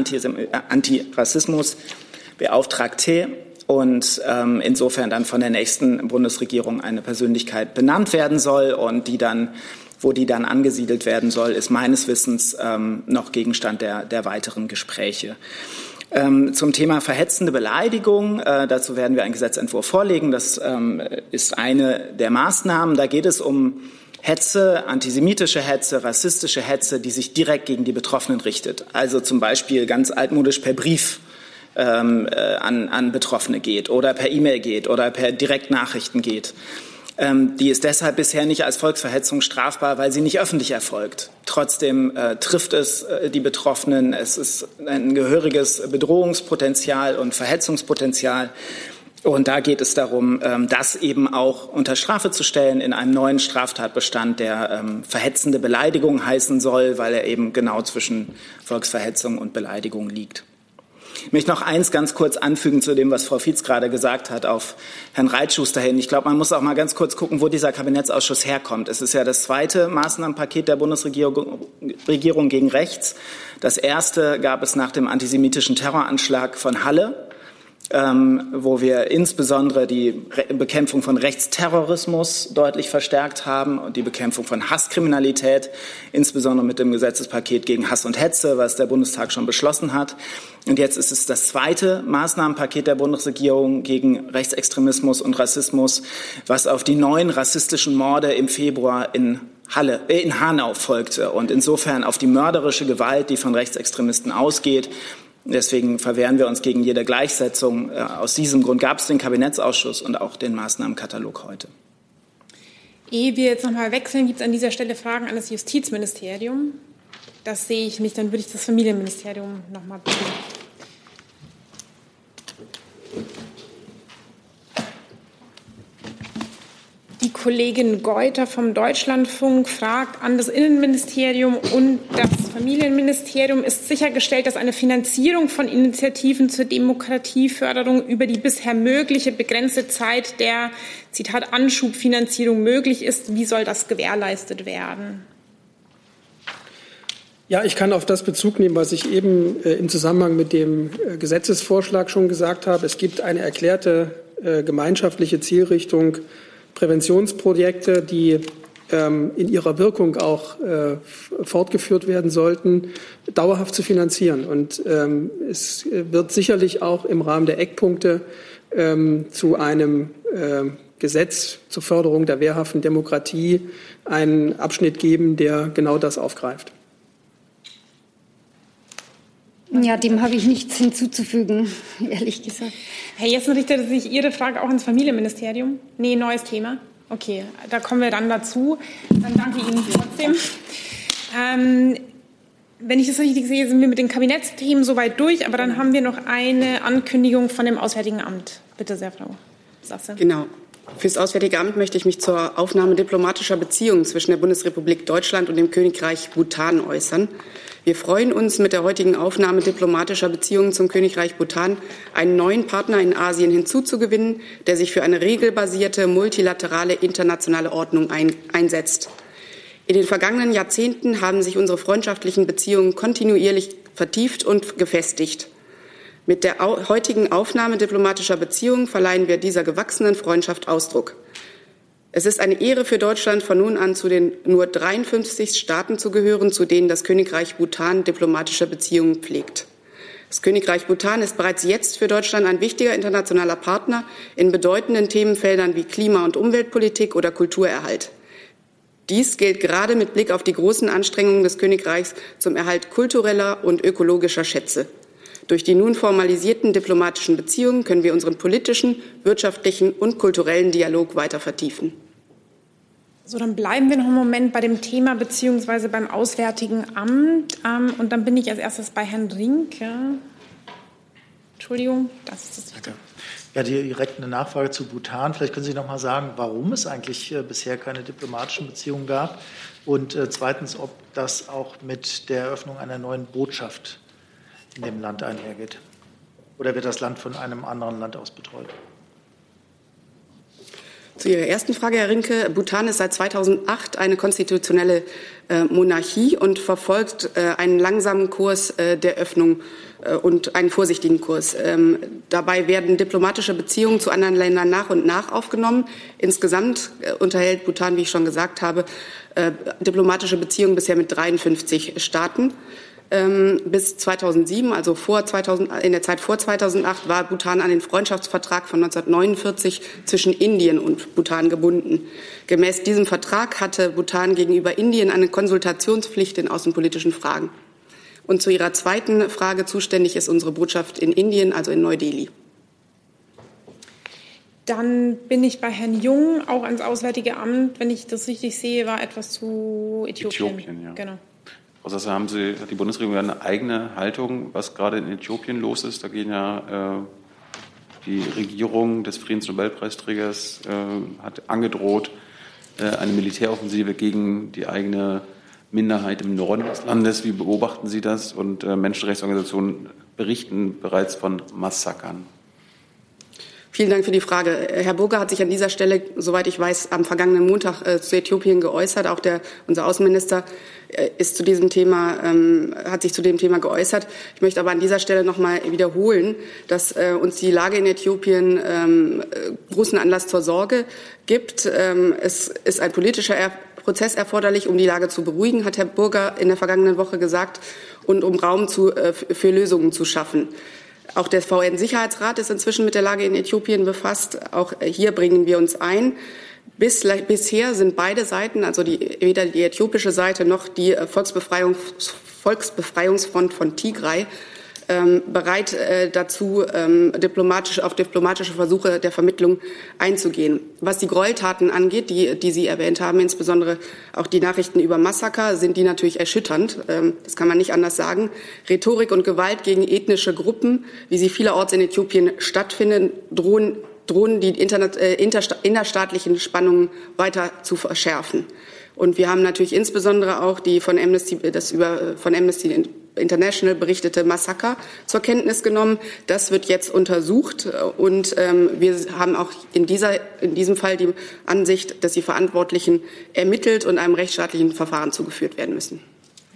Antirassismus Beauftragte und ähm, insofern dann von der nächsten Bundesregierung eine Persönlichkeit benannt werden soll und die dann, wo die dann angesiedelt werden soll, ist meines Wissens ähm, noch Gegenstand der, der weiteren Gespräche. Ähm, zum Thema verhetzende Beleidigung, äh, dazu werden wir einen Gesetzentwurf vorlegen. Das ähm, ist eine der Maßnahmen. Da geht es um Hetze, antisemitische Hetze, rassistische Hetze, die sich direkt gegen die Betroffenen richtet. Also zum Beispiel ganz altmodisch per Brief Ähm, äh, an, an Betroffene geht oder per E-Mail geht oder per Direktnachrichten geht. Ähm, die ist deshalb bisher nicht als Volksverhetzung strafbar, weil sie nicht öffentlich erfolgt. Trotzdem äh, trifft es äh, die Betroffenen. Es ist ein gehöriges Bedrohungspotenzial und Verhetzungspotenzial. Und da geht es darum, ähm, das eben auch unter Strafe zu stellen in einem neuen Straftatbestand, der ähm, verhetzende Beleidigung heißen soll, weil er eben genau zwischen Volksverhetzung und Beleidigung liegt. Ich möchte noch eins ganz kurz anfügen zu dem, was Frau Fietz gerade gesagt hat, auf Herrn Reitschuster hin. Ich glaube, man muss auch mal ganz kurz gucken, wo dieser Kabinettsausschuss herkommt. Es ist ja das zweite Maßnahmenpaket der Bundesregierung gegen rechts. Das erste gab es nach dem antisemitischen Terroranschlag von Halle, ähm, wo wir insbesondere die Re- Bekämpfung von Rechtsterrorismus deutlich verstärkt haben und die Bekämpfung von Hasskriminalität, insbesondere mit dem Gesetzespaket gegen Hass und Hetze, was der Bundestag schon beschlossen hat. Und jetzt ist es das zweite Maßnahmenpaket der Bundesregierung gegen Rechtsextremismus und Rassismus, was auf die neuen rassistischen Morde im Februar in Halle, äh, in Hanau folgte und insofern auf die mörderische Gewalt, die von Rechtsextremisten ausgeht. Deswegen verwehren wir uns gegen jede Gleichsetzung. Aus diesem Grund gab es den Kabinettsausschuss und auch den Maßnahmenkatalog heute. Ehe wir jetzt noch mal wechseln, gibt es an dieser Stelle Fragen an das Justizministerium? Das sehe ich nicht. Dann würde ich das Familienministerium noch mal bitten. Die Kollegin Geuter vom Deutschlandfunk fragt an das Innenministerium und das Familienministerium: Ist sichergestellt, dass eine Finanzierung von Initiativen zur Demokratieförderung über die bisher mögliche begrenzte Zeit der, Zitat, Anschubfinanzierung möglich ist? Wie soll das gewährleistet werden? Ja, ich kann auf das Bezug nehmen, was ich eben äh, im Zusammenhang mit dem äh, Gesetzesvorschlag schon gesagt habe. Es gibt eine erklärte äh, gemeinschaftliche Zielrichtung, Präventionsprojekte, die ähm, in ihrer Wirkung auch äh, fortgeführt werden sollten, dauerhaft zu finanzieren. Und ähm, es wird sicherlich auch im Rahmen der Eckpunkte ähm, zu einem äh, Gesetz zur Förderung der wehrhaften Demokratie einen Abschnitt geben, der genau das aufgreift. Ja, dem habe ich nichts hinzuzufügen, ehrlich gesagt. Herr Jessen, richtet sich Ihre Frage auch ins Familienministerium? Nee, neues Thema. Okay, da kommen wir dann dazu. Dann danke Ihnen trotzdem. Ähm, wenn ich das richtig sehe, sind wir mit den Kabinettsthemen soweit durch, aber dann haben wir noch eine Ankündigung von dem Auswärtigen Amt. Bitte sehr, Frau Sasse. Genau. Für das Auswärtige Amt möchte ich mich zur Aufnahme diplomatischer Beziehungen zwischen der Bundesrepublik Deutschland und dem Königreich Bhutan äußern. Wir freuen uns, mit der heutigen Aufnahme diplomatischer Beziehungen zum Königreich Bhutan einen neuen Partner in Asien hinzuzugewinnen, der sich für eine regelbasierte, multilaterale, internationale Ordnung ein, einsetzt. In den vergangenen Jahrzehnten haben sich unsere freundschaftlichen Beziehungen kontinuierlich vertieft und gefestigt. Mit der heutigen Aufnahme diplomatischer Beziehungen verleihen wir dieser gewachsenen Freundschaft Ausdruck. Es ist eine Ehre für Deutschland, von nun an zu den nur dreiundfünfzig Staaten zu gehören, zu denen das Königreich Bhutan diplomatische Beziehungen pflegt. Das Königreich Bhutan ist bereits jetzt für Deutschland ein wichtiger internationaler Partner in bedeutenden Themenfeldern wie Klima- und Umweltpolitik oder Kulturerhalt. Dies gilt gerade mit Blick auf die großen Anstrengungen des Königreichs zum Erhalt kultureller und ökologischer Schätze. Durch die nun formalisierten diplomatischen Beziehungen können wir unseren politischen, wirtschaftlichen und kulturellen Dialog weiter vertiefen. So, dann bleiben wir noch einen Moment bei dem Thema beziehungsweise beim Auswärtigen Amt. Ähm, und dann bin ich als erstes bei Herrn Rink. Ja. Entschuldigung, das ist das Wichtige. Ja, direkt eine Nachfrage zu Bhutan. Vielleicht können Sie noch mal sagen, warum es eigentlich äh, bisher keine diplomatischen Beziehungen gab. Und äh, zweitens, ob das auch mit der Eröffnung einer neuen Botschaft in dem Land einhergeht. Oder wird das Land von einem anderen Land aus betreut? Zu Ihrer ersten Frage, Herr Rinke. Bhutan ist seit zweitausendacht eine konstitutionelle äh, Monarchie und verfolgt äh, einen langsamen Kurs äh, der Öffnung äh, und einen vorsichtigen Kurs. Ähm, dabei werden diplomatische Beziehungen zu anderen Ländern nach und nach aufgenommen. Insgesamt äh, unterhält Bhutan, wie ich schon gesagt habe, äh, diplomatische Beziehungen bisher mit dreiundfünfzig Staaten. Ähm, bis zweitausendsieben, also vor zweitausend, in der Zeit vor zweitausendacht, war Bhutan an den Freundschaftsvertrag von neunzehnhundertneunundvierzig zwischen Indien und Bhutan gebunden. Gemäß diesem Vertrag hatte Bhutan gegenüber Indien eine Konsultationspflicht in außenpolitischen Fragen. Und zu Ihrer zweiten Frage, zuständig ist unsere Botschaft in Indien, also in Neu-Delhi. Dann bin ich bei Herrn Jung, auch ans Auswärtige Amt. Wenn ich das richtig sehe, war etwas zu Äthiopien. Äthiopien, ja. Genau. Frau Sasse, haben Sie, hat die Bundesregierung eine eigene Haltung, was gerade in Äthiopien los ist? Da gehen ja äh, die Regierung des Friedensnobelpreisträgers äh, hat angedroht, äh, eine Militäroffensive gegen die eigene Minderheit im Norden des Landes. Wie beobachten Sie das? Und äh, Menschenrechtsorganisationen berichten bereits von Massakern. Vielen Dank für die Frage. Herr Burger hat sich an dieser Stelle, soweit ich weiß, am vergangenen Montag äh, zu Äthiopien geäußert. Auch der, unser Außenminister äh, ist zu diesem Thema, ähm, hat sich zu dem Thema geäußert. Ich möchte aber an dieser Stelle noch mal wiederholen, dass äh, uns die Lage in Äthiopien ähm, großen Anlass zur Sorge gibt. Ähm, es ist ein politischer er- Prozess erforderlich, um die Lage zu beruhigen, hat Herr Burger in der vergangenen Woche gesagt, und um Raum zu, äh, für Lösungen zu schaffen. Auch der V N-Sicherheitsrat ist inzwischen mit der Lage in Äthiopien befasst. Auch hier bringen wir uns ein. Bis, bisher sind beide Seiten, also die, weder die äthiopische Seite noch die Volksbefreiungs, Volksbefreiungsfront von Tigray, ähm, bereit äh, dazu, ähm, diplomatisch, auf diplomatische Versuche der Vermittlung einzugehen. Was die Gräueltaten angeht, die, die Sie erwähnt haben, insbesondere auch die Nachrichten über Massaker, sind die natürlich erschütternd. Ähm, das kann man nicht anders sagen. Rhetorik und Gewalt gegen ethnische Gruppen, wie sie vielerorts in Äthiopien stattfinden, drohen, drohen die internet, äh, innerstaatlichen Spannungen weiter zu verschärfen. Und wir haben natürlich insbesondere auch die von Amnesty, das über, von Amnesty International berichtete Massaker zur Kenntnis genommen. Das wird jetzt untersucht und ähm, wir haben auch in, dieser, in diesem Fall die Ansicht, dass die Verantwortlichen ermittelt und einem rechtsstaatlichen Verfahren zugeführt werden müssen.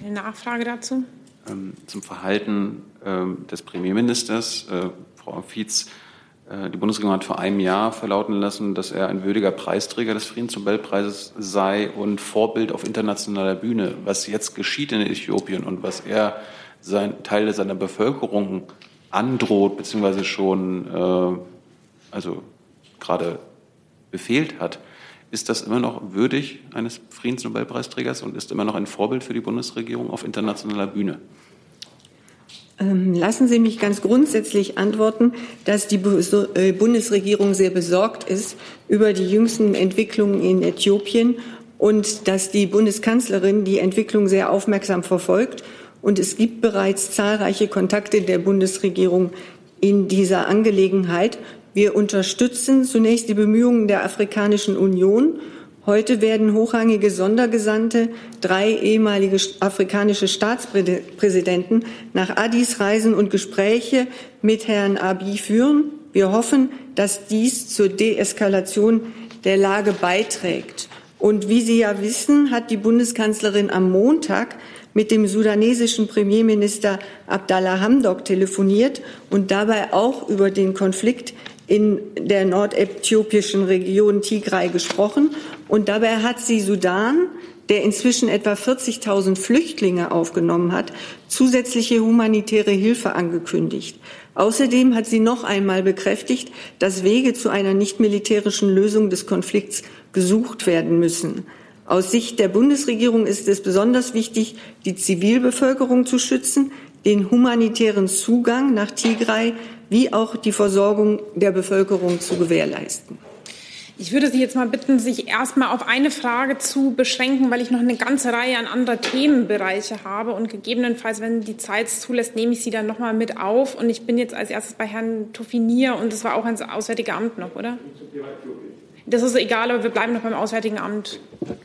Eine Nachfrage dazu? Ähm, zum Verhalten ähm, des Premierministers. Äh, Frau Fietz, äh, die Bundesregierung hat vor einem Jahr verlauten lassen, dass er ein würdiger Preisträger des Friedensnobelpreises sei und Vorbild auf internationaler Bühne. Was jetzt geschieht in Äthiopien und was er sein, Teile seiner Bevölkerung androht, beziehungsweise schon äh, also gerade befehlt hat, ist das immer noch würdig eines Friedensnobelpreisträgers und ist immer noch ein Vorbild für die Bundesregierung auf internationaler Bühne? Lassen Sie mich ganz grundsätzlich antworten, dass die Bundesregierung sehr besorgt ist über die jüngsten Entwicklungen in Äthiopien und dass die Bundeskanzlerin die Entwicklung sehr aufmerksam verfolgt. Und es gibt bereits zahlreiche Kontakte der Bundesregierung in dieser Angelegenheit. Wir unterstützen zunächst die Bemühungen der Afrikanischen Union. Heute werden hochrangige Sondergesandte, drei ehemalige afrikanische Staatspräsidenten, nach Addis reisen und Gespräche mit Herrn Abiy führen. Wir hoffen, dass dies zur Deeskalation der Lage beiträgt. Und wie Sie ja wissen, hat die Bundeskanzlerin am Montag mit dem sudanesischen Premierminister Abdallah Hamdok telefoniert und dabei auch über den Konflikt in der nordäthiopischen Region Tigray gesprochen. Und dabei hat sie Sudan, der inzwischen etwa vierzigtausend Flüchtlinge aufgenommen hat, zusätzliche humanitäre Hilfe angekündigt. Außerdem hat sie noch einmal bekräftigt, dass Wege zu einer nichtmilitärischen Lösung des Konflikts gesucht werden müssen. Aus Sicht der Bundesregierung ist es besonders wichtig, die Zivilbevölkerung zu schützen, den humanitären Zugang nach Tigray wie auch die Versorgung der Bevölkerung zu gewährleisten. Ich würde Sie jetzt mal bitten, sich erst mal auf eine Frage zu beschränken, weil ich noch eine ganze Reihe an anderer Themenbereiche habe und gegebenenfalls, wenn die Zeit es zulässt, nehme ich Sie dann noch mal mit auf. Und ich bin jetzt als erstes bei Herrn Tofinier und das war auch ans Auswärtige Amt noch, oder? Das ist egal, aber wir bleiben noch beim Auswärtigen Amt.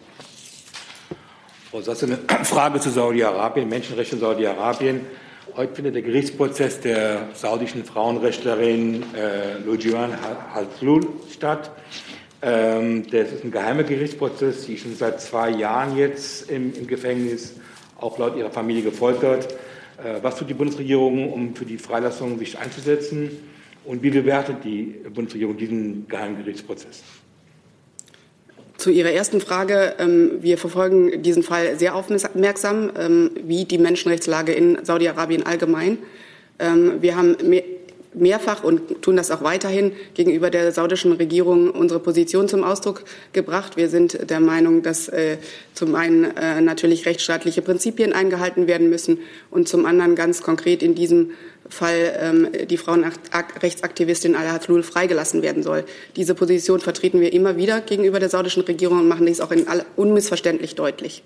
Frau Sasse, eine Frage zu Saudi-Arabien, Menschenrechte in Saudi-Arabien. Heute findet der Gerichtsprozess der saudischen Frauenrechtlerin äh, Lujian Haltlul statt. Ähm, das ist ein geheimer Gerichtsprozess. Sie ist schon seit zwei Jahren jetzt im, im Gefängnis, auch laut ihrer Familie gefoltert. Äh, was tut die Bundesregierung, um für die Freilassung sich einzusetzen? Und wie bewertet die Bundesregierung diesen geheimen Gerichtsprozess? Zu Ihrer ersten Frage. Wir verfolgen diesen Fall sehr aufmerksam, wie die Menschenrechtslage in Saudi-Arabien allgemein. Wir haben mehrfach und tun das auch weiterhin gegenüber der saudischen Regierung unsere Position zum Ausdruck gebracht. Wir sind der Meinung, dass zum einen natürlich rechtsstaatliche Prinzipien eingehalten werden müssen und zum anderen ganz konkret in diesem Fall die Frauenrechtsaktivistin Ala Hatlul freigelassen werden soll. Diese Position vertreten wir immer wieder gegenüber der saudischen Regierung und machen dies auch in all, unmissverständlich deutlich.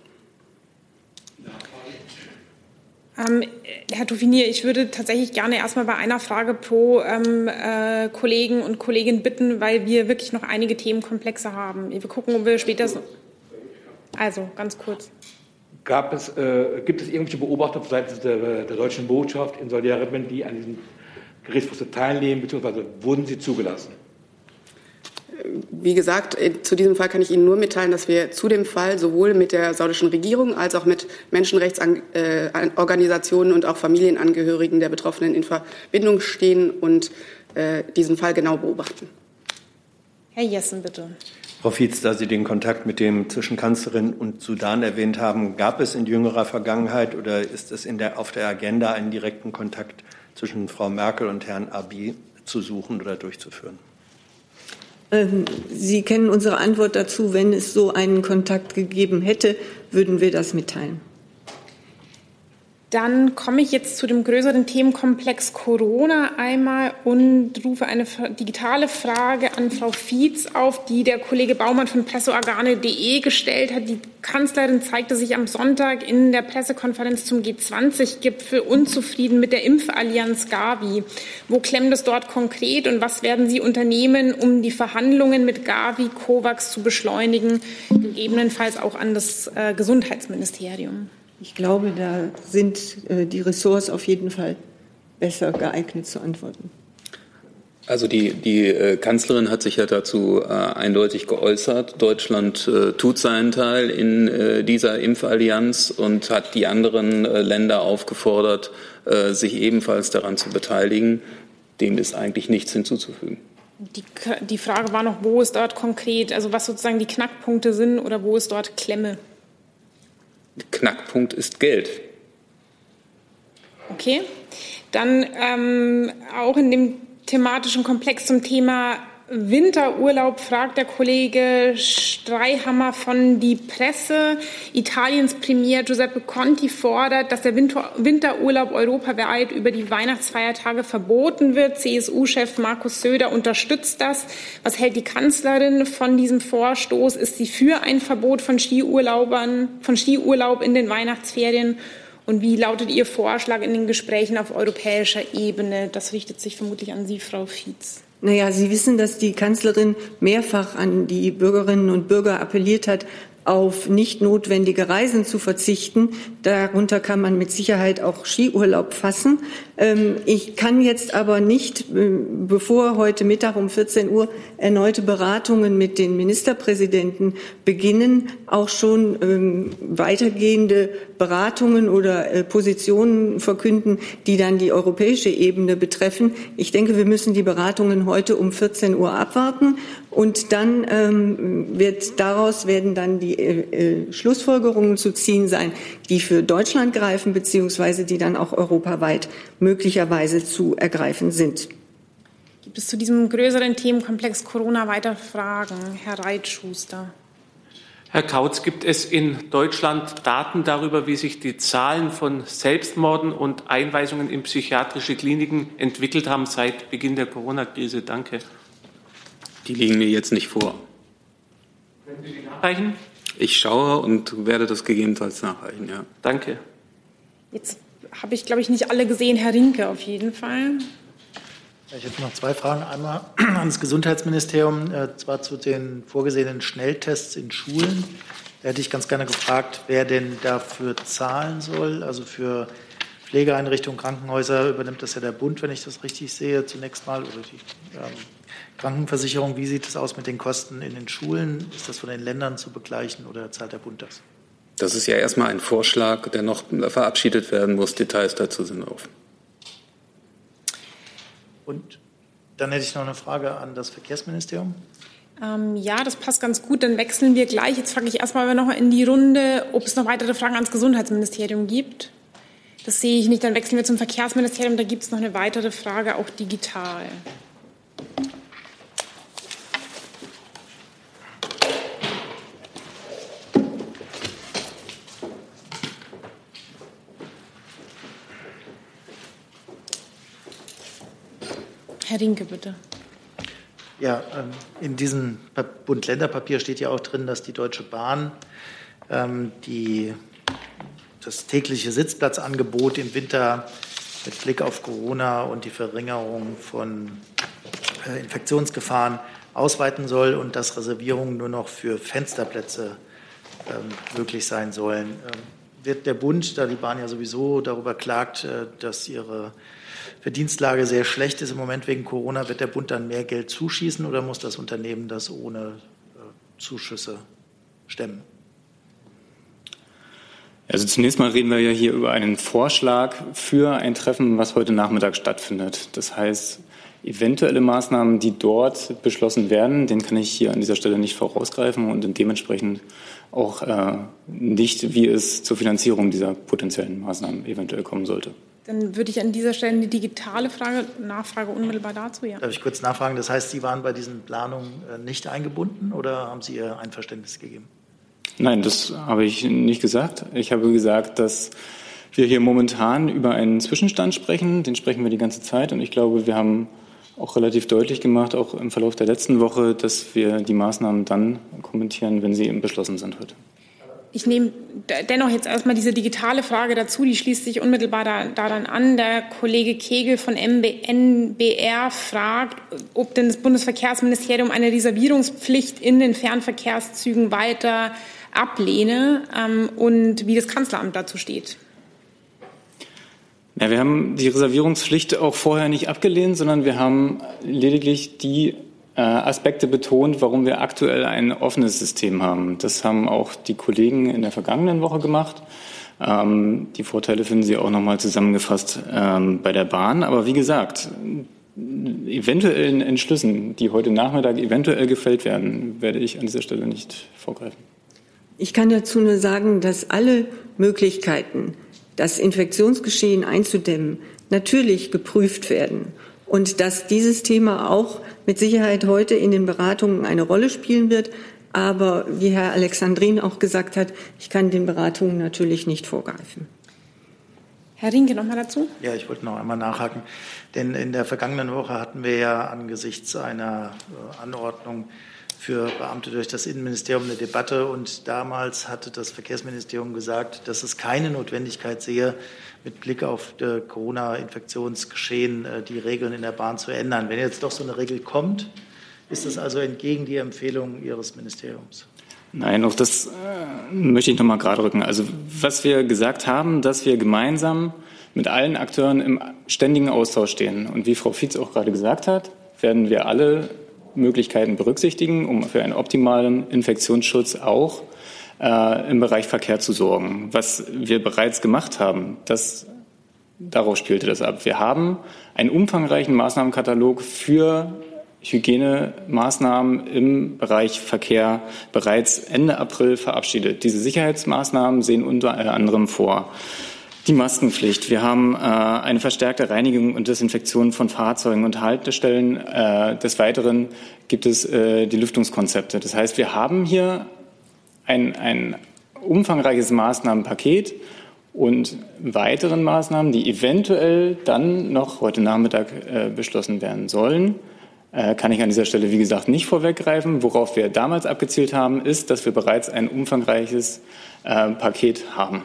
Ähm, Herr Tofinier, ich würde tatsächlich gerne erstmal bei einer Frage pro ähm, äh, Kollegen und Kollegin bitten, weil wir wirklich noch einige Themenkomplexe haben. Wir gucken, ob wir später so. Also, ganz kurz. Gab es, äh, gibt es irgendwelche Beobachter seitens der, der deutschen Botschaft in Saudi-Arabien, die an diesem Gerichtsprozess teilnehmen, beziehungsweise wurden sie zugelassen? Wie gesagt, zu diesem Fall kann ich Ihnen nur mitteilen, dass wir zu dem Fall sowohl mit der saudischen Regierung als auch mit Menschenrechtsorganisationen und auch Familienangehörigen der Betroffenen in Verbindung stehen und äh, diesen Fall genau beobachten. Herr Jessen, bitte. Frau Fietz, da Sie den Kontakt mit dem zwischen Kanzlerin und Sudan erwähnt haben, gab es in jüngerer Vergangenheit oder ist es in der, auf der Agenda, einen direkten Kontakt zwischen Frau Merkel und Herrn Abiy zu suchen oder durchzuführen? Sie kennen unsere Antwort dazu. Wenn es so einen Kontakt gegeben hätte, würden wir das mitteilen. Dann komme ich jetzt zu dem größeren Themenkomplex Corona einmal und rufe eine digitale Frage an Frau Fietz auf, die der Kollege Baumann von presseorgane punkt de gestellt hat. Die Kanzlerin zeigte sich am Sonntag in der Pressekonferenz zum G zwanzig Gipfel unzufrieden mit der Impfallianz Gavi. Wo klemmt es dort konkret und was werden Sie unternehmen, um die Verhandlungen mit Gavi, COVAX zu beschleunigen, gegebenenfalls auch an das äh, Gesundheitsministerium? Ich glaube, da sind äh, die Ressorts auf jeden Fall besser geeignet zu antworten. Also die, die äh, Kanzlerin hat sich ja dazu äh, eindeutig geäußert. Deutschland äh, tut seinen Teil in äh, dieser Impfallianz und hat die anderen äh, Länder aufgefordert, äh, sich ebenfalls daran zu beteiligen. Dem ist eigentlich nichts hinzuzufügen. Die, die Frage war noch, wo ist dort konkret, also was sozusagen die Knackpunkte sind oder wo ist dort Klemme? Knackpunkt ist Geld. Okay, dann ähm, auch in dem thematischen Komplex zum Thema Winterurlaub fragt der Kollege Streihammer von Die Presse. Italiens Premier Giuseppe Conte fordert, dass der Winter Winterurlaub europaweit über die Weihnachtsfeiertage verboten wird. C S U-Chef Markus Söder unterstützt das. Was hält die Kanzlerin von diesem Vorstoß? Ist sie für ein Verbot von Skiurlaubern, von Skiurlaub in den Weihnachtsferien? Und wie lautet Ihr Vorschlag in den Gesprächen auf europäischer Ebene? Das richtet sich vermutlich an Sie, Frau Fietz. Naja, Sie wissen, dass die Kanzlerin mehrfach an die Bürgerinnen und Bürger appelliert hat, auf nicht notwendige Reisen zu verzichten. Darunter kann man mit Sicherheit auch Skiurlaub fassen. Ich kann jetzt aber nicht, bevor heute Mittag um vierzehn Uhr erneute Beratungen mit den Ministerpräsidenten beginnen, auch schon weitergehende Beratungen oder Positionen verkünden, die dann die europäische Ebene betreffen. Ich denke, wir müssen die Beratungen heute um vierzehn Uhr abwarten und dann wird daraus werden dann die äh, Schlussfolgerungen zu ziehen sein, die für Deutschland greifen, beziehungsweise die dann auch europaweit möglicherweise zu ergreifen sind. Gibt es zu diesem größeren Themenkomplex Corona weiter Fragen? Herr Reitschuster. Herr Kautz, gibt es in Deutschland Daten darüber, wie sich die Zahlen von Selbstmorden und Einweisungen in psychiatrische Kliniken entwickelt haben seit Beginn der Corona-Krise? Danke. Die liegen mir jetzt nicht vor. Können Sie die nachreichen? Ich schaue und werde das gegebenenfalls nachreichen, ja. Danke. Jetzt habe ich, glaube ich, nicht alle gesehen. Herr Rinke auf jeden Fall. Ich hätte noch zwei Fragen. Einmal ans Gesundheitsministerium, äh, zwar zu den vorgesehenen Schnelltests in Schulen. Da hätte ich ganz gerne gefragt, wer denn dafür zahlen soll. Also für Pflegeeinrichtungen, Krankenhäuser übernimmt das ja der Bund, wenn ich das richtig sehe, zunächst mal. Oder die ähm, Krankenversicherung. Wie sieht es aus mit den Kosten in den Schulen? Ist das von den Ländern zu begleichen oder zahlt der Bund das? Das ist ja erstmal ein Vorschlag, der noch verabschiedet werden muss. Details dazu sind offen. Und dann hätte ich noch eine Frage an das Verkehrsministerium. Ähm, ja, das passt ganz gut. Dann wechseln wir gleich. Jetzt frage ich erstmal noch mal in die Runde, ob es noch weitere Fragen ans Gesundheitsministerium gibt. Das sehe ich nicht. Dann wechseln wir zum Verkehrsministerium. Da gibt es noch eine weitere Frage, auch digital. Herr Rinke, bitte. Ja, in diesem Bund-Länder-Papier steht ja auch drin, dass die Deutsche Bahn die, das tägliche Sitzplatzangebot im Winter mit Blick auf Corona und die Verringerung von Infektionsgefahren ausweiten soll und dass Reservierungen nur noch für Fensterplätze möglich sein sollen. Wird der Bund, da die Bahn ja sowieso darüber klagt, dass ihre Verdienstlage sehr schlecht ist im Moment wegen Corona, wird der Bund dann mehr Geld zuschießen oder muss das Unternehmen das ohne äh, Zuschüsse stemmen? Also zunächst mal reden wir ja hier über einen Vorschlag für ein Treffen, was heute Nachmittag stattfindet. Das heißt, eventuelle Maßnahmen, die dort beschlossen werden, den kann ich hier an dieser Stelle nicht vorausgreifen und dementsprechend auch äh, nicht, wie es zur Finanzierung dieser potenziellen Maßnahmen eventuell kommen sollte. Dann würde ich an dieser Stelle eine digitale Frage, Nachfrage unmittelbar dazu. Ja. Darf ich kurz nachfragen? Das heißt, Sie waren bei diesen Planungen nicht eingebunden oder haben Sie Ihr Einverständnis gegeben? Nein, das habe ich nicht gesagt. Ich habe gesagt, dass wir hier momentan über einen Zwischenstand sprechen. Den sprechen wir die ganze Zeit. Und ich glaube, wir haben auch relativ deutlich gemacht, auch im Verlauf der letzten Woche, dass wir die Maßnahmen dann kommentieren, wenn sie eben beschlossen sind heute. Ich nehme dennoch jetzt erstmal diese digitale Frage dazu, die schließt sich unmittelbar da, daran an. Der Kollege Kegel von N B R fragt, ob denn das Bundesverkehrsministerium eine Reservierungspflicht in den Fernverkehrszügen weiter ablehne ähm, und wie das Kanzleramt dazu steht. Ja, wir haben die Reservierungspflicht auch vorher nicht abgelehnt, sondern wir haben lediglich die äh, Aspekte betont, warum wir aktuell ein offenes System haben. Das haben auch die Kollegen in der vergangenen Woche gemacht. Ähm, die Vorteile finden Sie auch nochmal zusammengefasst ähm, bei der Bahn. Aber wie gesagt, eventuellen Entschlüssen, die heute Nachmittag eventuell gefällt werden, werde ich an dieser Stelle nicht vorgreifen. Ich kann dazu nur sagen, dass alle Möglichkeiten, das Infektionsgeschehen einzudämmen, natürlich geprüft werden und dass dieses Thema auch mit Sicherheit heute in den Beratungen eine Rolle spielen wird. Aber wie Herr Alexandrin auch gesagt hat, ich kann den Beratungen natürlich nicht vorgreifen. Herr Rinke, noch mal dazu. Ja, ich wollte noch einmal nachhaken. Denn in der vergangenen Woche hatten wir ja angesichts einer Anordnung für Beamte durch das Innenministerium eine Debatte. Und damals hatte das Verkehrsministerium gesagt, dass es keine Notwendigkeit sehe, mit Blick auf das Corona-Infektionsgeschehen die Regeln in der Bahn zu ändern. Wenn jetzt doch so eine Regel kommt, ist das also entgegen die Empfehlung Ihres Ministeriums? Nein, auch das äh, möchte ich noch mal gerade rücken. Also was wir gesagt haben, dass wir gemeinsam mit allen Akteuren im ständigen Austausch stehen. Und wie Frau Fietz auch gerade gesagt hat, werden wir alle Möglichkeiten berücksichtigen, um für einen optimalen Infektionsschutz auch äh, im Bereich Verkehr zu sorgen. Was wir bereits gemacht haben, das, darauf spielte das ab. Wir haben einen umfangreichen Maßnahmenkatalog für Hygienemaßnahmen im Bereich Verkehr bereits Ende April verabschiedet. Diese Sicherheitsmaßnahmen sehen unter anderem vor die Maskenpflicht. Wir haben äh, eine verstärkte Reinigung und Desinfektion von Fahrzeugen und Haltestellen. Äh, des Weiteren gibt es äh, die Lüftungskonzepte. Das heißt, wir haben hier ein, ein umfangreiches Maßnahmenpaket und weiteren Maßnahmen, die eventuell dann noch heute Nachmittag äh, beschlossen werden sollen. Kann ich an dieser Stelle, wie gesagt, nicht vorweggreifen. Worauf wir damals abgezielt haben, ist, dass wir bereits ein umfangreiches äh, Paket haben.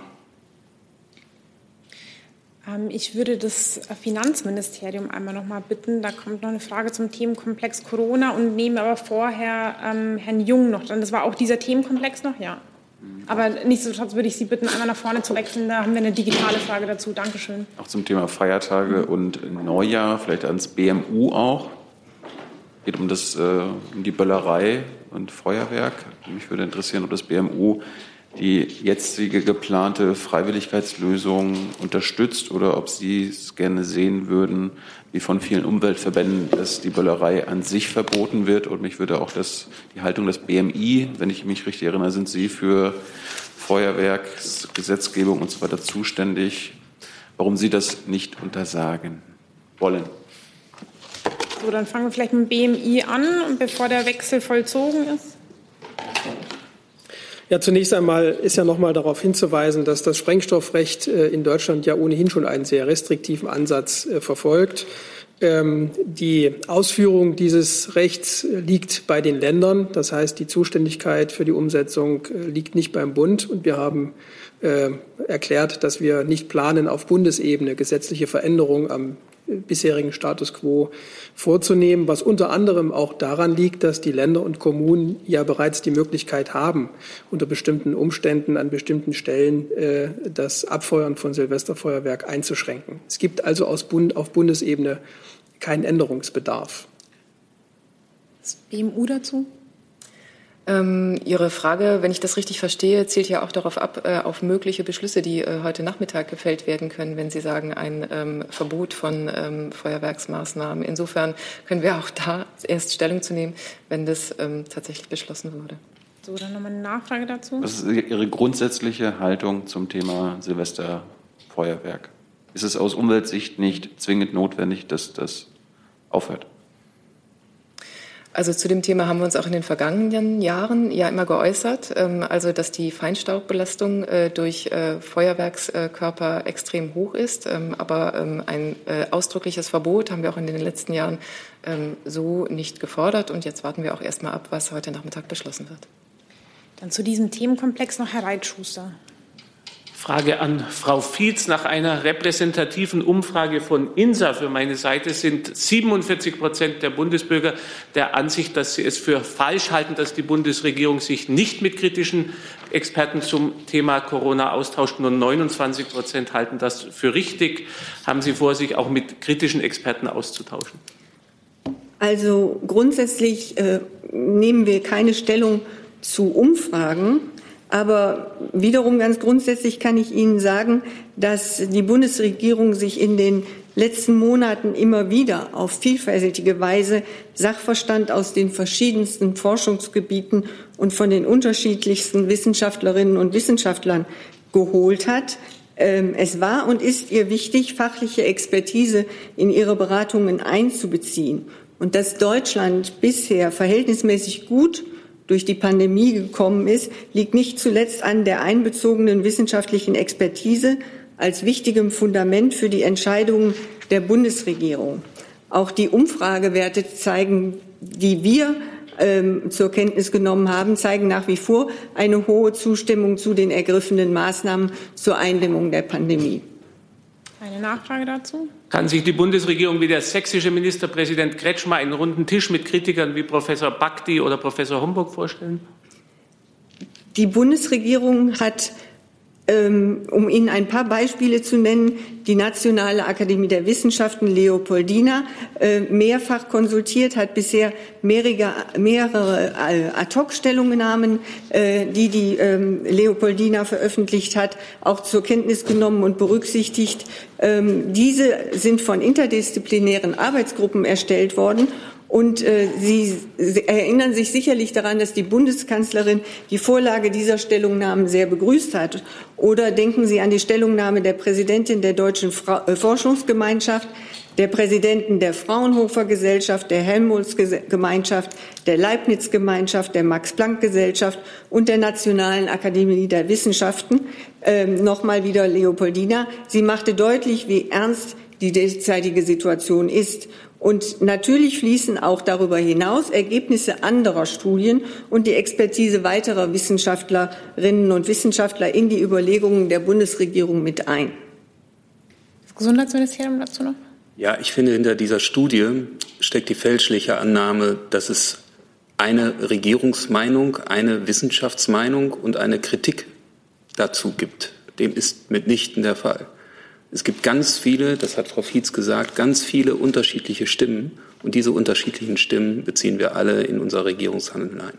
Ähm, ich würde das Finanzministerium einmal noch mal bitten. Da kommt noch eine Frage zum Themenkomplex Corona und nehmen aber vorher ähm, Herrn Jung noch dran. Das war auch dieser Themenkomplex noch? Ja. Aber nichtsdestotrotz würde ich Sie bitten, einmal nach vorne zu wechseln. Da haben wir eine digitale Frage dazu. Dankeschön. Auch zum Thema Feiertage und Neujahr, vielleicht ans B M U auch. Es geht um, das, äh, um die Böllerei und Feuerwerk. Mich würde interessieren, ob das B M U die jetzige geplante Freiwilligkeitslösung unterstützt oder ob Sie es gerne sehen würden, wie von vielen Umweltverbänden, dass die Böllerei an sich verboten wird. Und mich würde auch das, die Haltung des B M I, wenn ich mich richtig erinnere, sind Sie für Feuerwerksgesetzgebung und so weiter zuständig, warum Sie das nicht untersagen wollen. So, dann fangen wir vielleicht mit dem B M I an, bevor der Wechsel vollzogen ist. Ja, zunächst einmal ist ja noch mal darauf hinzuweisen, dass das Sprengstoffrecht in Deutschland ja ohnehin schon einen sehr restriktiven Ansatz verfolgt. Die Ausführung dieses Rechts liegt bei den Ländern. Das heißt, die Zuständigkeit für die Umsetzung liegt nicht beim Bund. Und wir haben erklärt, dass wir nicht planen, auf Bundesebene gesetzliche Veränderungen am bisherigen Status quo vorzunehmen, was unter anderem auch daran liegt, dass die Länder und Kommunen ja bereits die Möglichkeit haben, unter bestimmten Umständen an bestimmten Stellen äh, das Abfeuern von Silvesterfeuerwerk einzuschränken. Es gibt also aus Bund, auf Bundesebene keinen Änderungsbedarf. Das B M U dazu? Ähm, Ihre Frage, wenn ich das richtig verstehe, zielt ja auch darauf ab, äh, auf mögliche Beschlüsse, die äh, heute Nachmittag gefällt werden können, wenn Sie sagen, ein ähm, Verbot von ähm, Feuerwerksmaßnahmen. Insofern können wir auch da erst Stellung zu nehmen, wenn das ähm, tatsächlich beschlossen wurde. So, dann nochmal eine Nachfrage dazu. Was ist Ihre grundsätzliche Haltung zum Thema Silvesterfeuerwerk? Ist es aus Umweltsicht nicht zwingend notwendig, dass das aufhört? Also zu dem Thema haben wir uns auch in den vergangenen Jahren ja immer geäußert, also dass die Feinstaubbelastung durch Feuerwerkskörper extrem hoch ist. Aber ein ausdrückliches Verbot haben wir auch in den letzten Jahren so nicht gefordert. Und jetzt warten wir auch erst mal ab, was heute Nachmittag beschlossen wird. Dann zu diesem Themenkomplex noch Herr Reitschuster. Frage an Frau Fietz. Nach einer repräsentativen Umfrage von INSA für meine Seite sind siebenundvierzig Prozent der Bundesbürger der Ansicht, dass sie es für falsch halten, dass die Bundesregierung sich nicht mit kritischen Experten zum Thema Corona austauscht. Nur neunundzwanzig Prozent halten das für richtig. Haben Sie vor, sich auch mit kritischen Experten auszutauschen? Also grundsätzlich äh, nehmen wir keine Stellung zu Umfragen. Aber wiederum ganz grundsätzlich kann ich Ihnen sagen, dass die Bundesregierung sich in den letzten Monaten immer wieder auf vielfältige Weise Sachverstand aus den verschiedensten Forschungsgebieten und von den unterschiedlichsten Wissenschaftlerinnen und Wissenschaftlern geholt hat. Es war und ist ihr wichtig, fachliche Expertise in ihre Beratungen einzubeziehen. Und dass Deutschland bisher verhältnismäßig gut durch die Pandemie gekommen ist, liegt nicht zuletzt an der einbezogenen wissenschaftlichen Expertise als wichtigem Fundament für die Entscheidungen der Bundesregierung. Auch die Umfragewerte zeigen, die wir ähm, zur Kenntnis genommen haben, zeigen nach wie vor eine hohe Zustimmung zu den ergriffenen Maßnahmen zur Eindämmung der Pandemie. Eine Nachfrage dazu? Kann sich die Bundesregierung wie der sächsische Ministerpräsident Kretschmer einen runden Tisch mit Kritikern wie Professor Bakti oder Professor Homburg vorstellen? Die Bundesregierung hat, ähm, um Ihnen ein paar Beispiele zu nennen, die Nationale Akademie der Wissenschaften Leopoldina äh, mehrfach konsultiert, hat bisher mehrere, mehrere äh, Ad-hoc-Stellungnahmen, äh, die die ähm, Leopoldina veröffentlicht hat, auch zur Kenntnis genommen und berücksichtigt. Ähm, diese sind von interdisziplinären Arbeitsgruppen erstellt worden. Und äh, Sie, Sie erinnern sich sicherlich daran, dass die Bundeskanzlerin die Vorlage dieser Stellungnahmen sehr begrüßt hat. Oder denken Sie an die Stellungnahme der Präsidentin der Deutschen Fra- äh, Forschungsgemeinschaft, der Präsidenten der Fraunhofer Gesellschaft, der Helmholtz-Gemeinschaft, der Leibniz-Gemeinschaft, der Max-Planck-Gesellschaft und der Nationalen Akademie der Wissenschaften. Ähm, Nochmal wieder Leopoldina. Sie machte deutlich, wie ernst die derzeitige Situation ist. Und natürlich fließen auch darüber hinaus Ergebnisse anderer Studien und die Expertise weiterer Wissenschaftlerinnen und Wissenschaftler in die Überlegungen der Bundesregierung mit ein. Das Gesundheitsministerium dazu noch? Ja, ich finde, hinter dieser Studie steckt die fälschliche Annahme, dass es eine Regierungsmeinung, eine Wissenschaftsmeinung und eine Kritik dazu gibt. Dem ist mitnichten der Fall. Es gibt ganz viele, das hat Frau Fietz gesagt, ganz viele unterschiedliche Stimmen. Und diese unterschiedlichen Stimmen beziehen wir alle in unser Regierungshandeln ein.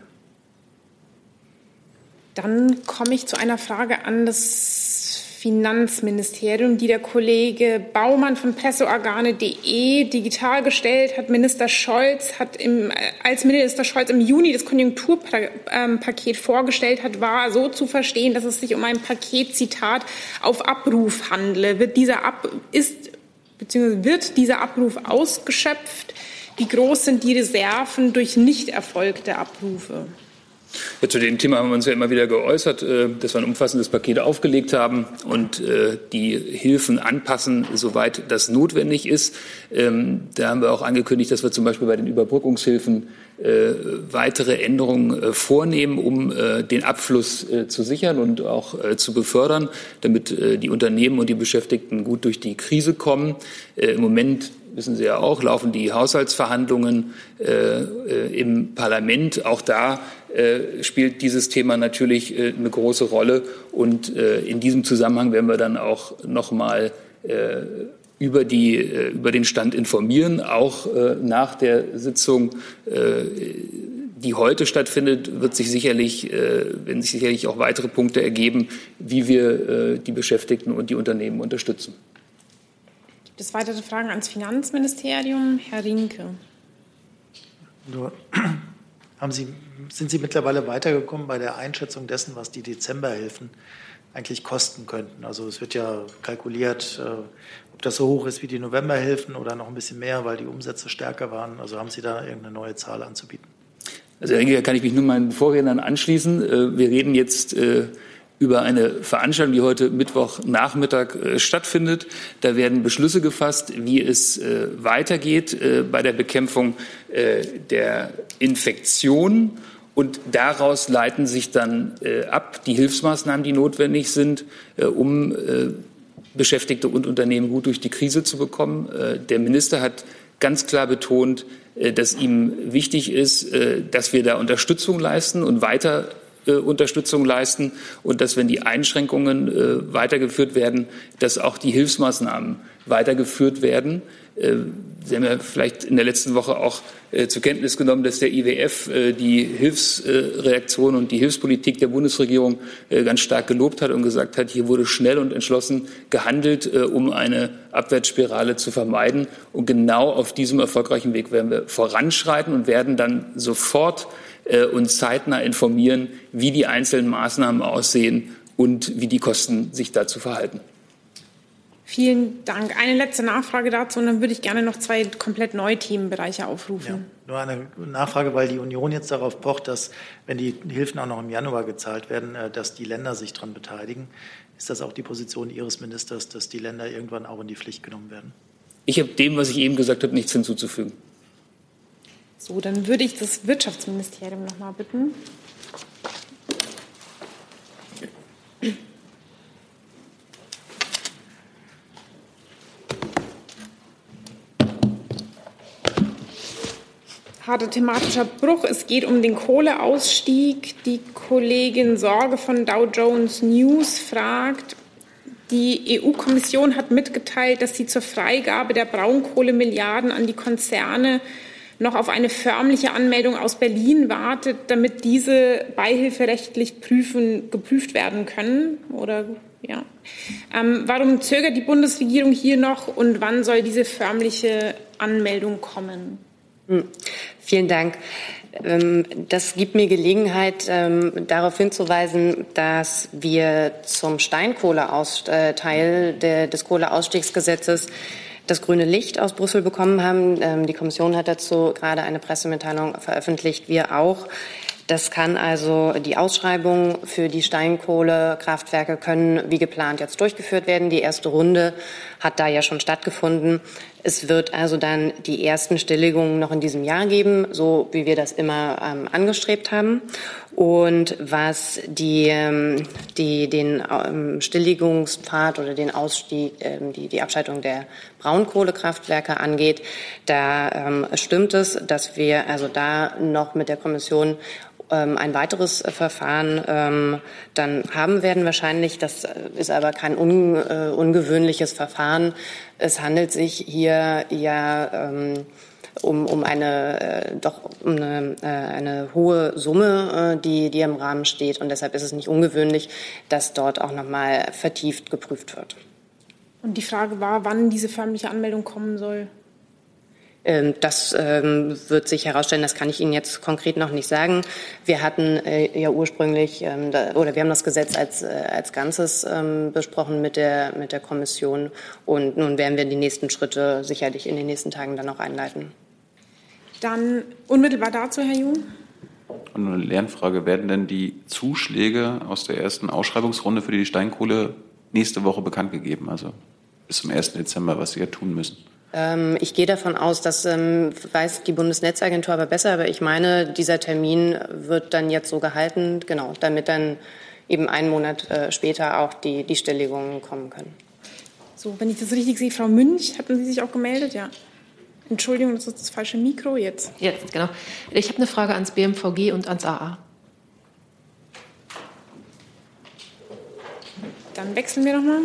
Dann komme ich zu einer Frage an das Finanzministerium, die der Kollege Baumann von presseorgane punkt de digital gestellt hat. Minister Scholz hat im, als Minister Scholz im Juni das Konjunkturpaket vorgestellt hat, war so zu verstehen, dass es sich um ein Paket, Zitat, auf Abruf handle. Wird dieser Ab, ist, beziehungsweise wird dieser Abruf ausgeschöpft? Wie groß sind die Reserven durch Nichterfolg der Abrufe? Ja, zu dem Thema haben wir uns ja immer wieder geäußert, dass wir ein umfassendes Paket aufgelegt haben und die Hilfen anpassen, soweit das notwendig ist. Da haben wir auch angekündigt, dass wir zum Beispiel bei den Überbrückungshilfen weitere Änderungen vornehmen, um den Abfluss zu sichern und auch zu befördern, damit die Unternehmen und die Beschäftigten gut durch die Krise kommen. Im Moment, wissen Sie ja auch, laufen die Haushaltsverhandlungen äh, im Parlament. Auch da äh, spielt dieses Thema natürlich äh, eine große Rolle. Und äh, in diesem Zusammenhang werden wir dann auch noch mal äh, über, die, äh, über den Stand informieren. Auch äh, nach der Sitzung, äh, die heute stattfindet, wird sich sicherlich, äh, werden sich sicherlich auch weitere Punkte ergeben, wie wir äh, die Beschäftigten und die Unternehmen unterstützen. Gibt es weitere Fragen ans Finanzministerium? Herr Rinke. Nur, haben Sie, sind Sie mittlerweile weitergekommen bei der Einschätzung dessen, was die Dezemberhilfen eigentlich kosten könnten? Also es wird ja kalkuliert, äh, ob das so hoch ist wie die Novemberhilfen oder noch ein bisschen mehr, weil die Umsätze stärker waren. Also haben Sie da irgendeine neue Zahl anzubieten? Also Herr Rinke, kann ich mich nur meinen Vorrednern anschließen. Wir reden jetzt über eine Veranstaltung, die heute Mittwochnachmittag äh, stattfindet. Da werden Beschlüsse gefasst, wie es äh, weitergeht äh, bei der Bekämpfung äh, der Infektion. Und daraus leiten sich dann äh, ab die Hilfsmaßnahmen, die notwendig sind, äh, um äh, Beschäftigte und Unternehmen gut durch die Krise zu bekommen. Äh, der Minister hat ganz klar betont, äh, dass ihm wichtig ist, äh, dass wir da Unterstützung leisten und weiter äh, Unterstützung leisten und dass, wenn die Einschränkungen äh, weitergeführt werden, dass auch die Hilfsmaßnahmen weitergeführt werden. Sie haben ja vielleicht in der letzten Woche auch äh, zur Kenntnis genommen, dass der I W F äh, die Hilfsreaktion und die Hilfspolitik der Bundesregierung äh, ganz stark gelobt hat und gesagt hat, hier wurde schnell und entschlossen gehandelt, äh, um eine Abwärtsspirale zu vermeiden. Und genau auf diesem erfolgreichen Weg werden wir voranschreiten und werden dann sofort äh, uns zeitnah informieren, wie die einzelnen Maßnahmen aussehen und wie die Kosten sich dazu verhalten. Vielen Dank. Eine letzte Nachfrage dazu und dann würde ich gerne noch zwei komplett neue Themenbereiche aufrufen. Ja, nur eine Nachfrage, weil die Union jetzt darauf pocht, dass, wenn die Hilfen auch noch im Januar gezahlt werden, dass die Länder sich daran beteiligen. Ist das auch die Position Ihres Ministers, dass die Länder irgendwann auch in die Pflicht genommen werden? Ich habe dem, was ich eben gesagt habe, nichts hinzuzufügen. So, dann würde ich das Wirtschaftsministerium noch mal bitten. Harter thematischer Bruch. Es geht um den Kohleausstieg. Die Kollegin Sorge von Dow Jones News fragt, die E U-Kommission hat mitgeteilt, dass sie zur Freigabe der Braunkohlemilliarden an die Konzerne noch auf eine förmliche Anmeldung aus Berlin wartet, damit diese beihilferechtlich prüfen, geprüft werden können. Oder, ja. Ähm, warum zögert die Bundesregierung hier noch und wann soll diese förmliche Anmeldung kommen? Hm. Vielen Dank. Das gibt mir Gelegenheit, darauf hinzuweisen, dass wir zum Steinkohleteil des Kohleausstiegsgesetzes das grüne Licht aus Brüssel bekommen haben. Die Kommission hat dazu gerade eine Pressemitteilung veröffentlicht, wir auch. Das kann also, die Ausschreibungen für die Steinkohlekraftwerke können wie geplant jetzt durchgeführt werden. Die erste Runde hat da ja schon stattgefunden. Es wird also dann die ersten Stilllegungen noch in diesem Jahr geben, so wie wir das immer ähm, angestrebt haben. Und was die, ähm, die, den ähm, Stilllegungspfad oder den Ausstieg, ähm, die, die Abschaltung der Braunkohlekraftwerke angeht, da ähm, stimmt es, dass wir also da noch mit der Kommission ein weiteres Verfahren ähm, dann haben werden wahrscheinlich. Das ist aber kein un, äh, ungewöhnliches Verfahren. Es handelt sich hier ja ähm, um, um eine äh, doch um eine, äh, eine hohe Summe, äh, die, die im Rahmen steht. Und deshalb ist es nicht ungewöhnlich, dass dort auch noch mal vertieft geprüft wird. Und die Frage war, wann diese förmliche Anmeldung kommen soll. Das ähm, wird sich herausstellen, das kann ich Ihnen jetzt konkret noch nicht sagen. Wir hatten äh, ja ursprünglich, ähm, da, oder wir haben das Gesetz als, äh, als Ganzes ähm, besprochen mit der, mit der Kommission und nun werden wir die nächsten Schritte sicherlich in den nächsten Tagen dann auch einleiten. Dann unmittelbar dazu, Herr Jung. Und eine Lernfrage, werden denn die Zuschläge aus der ersten Ausschreibungsrunde für die Steinkohle nächste Woche bekannt gegeben, also bis zum ersten Dezember, was Sie ja tun müssen? Ich gehe davon aus, das ähm, weiß die Bundesnetzagentur aber besser, aber ich meine, dieser Termin wird dann jetzt so gehalten, genau, damit dann eben einen Monat äh, später auch die, die Stilllegungen kommen können. So, wenn ich das richtig sehe, Frau Münch, hatten Sie sich auch gemeldet? Ja. Entschuldigung, das ist das falsche Mikro jetzt. Jetzt, genau. Ich habe eine Frage ans B M V G und ans A A. Dann wechseln wir nochmal.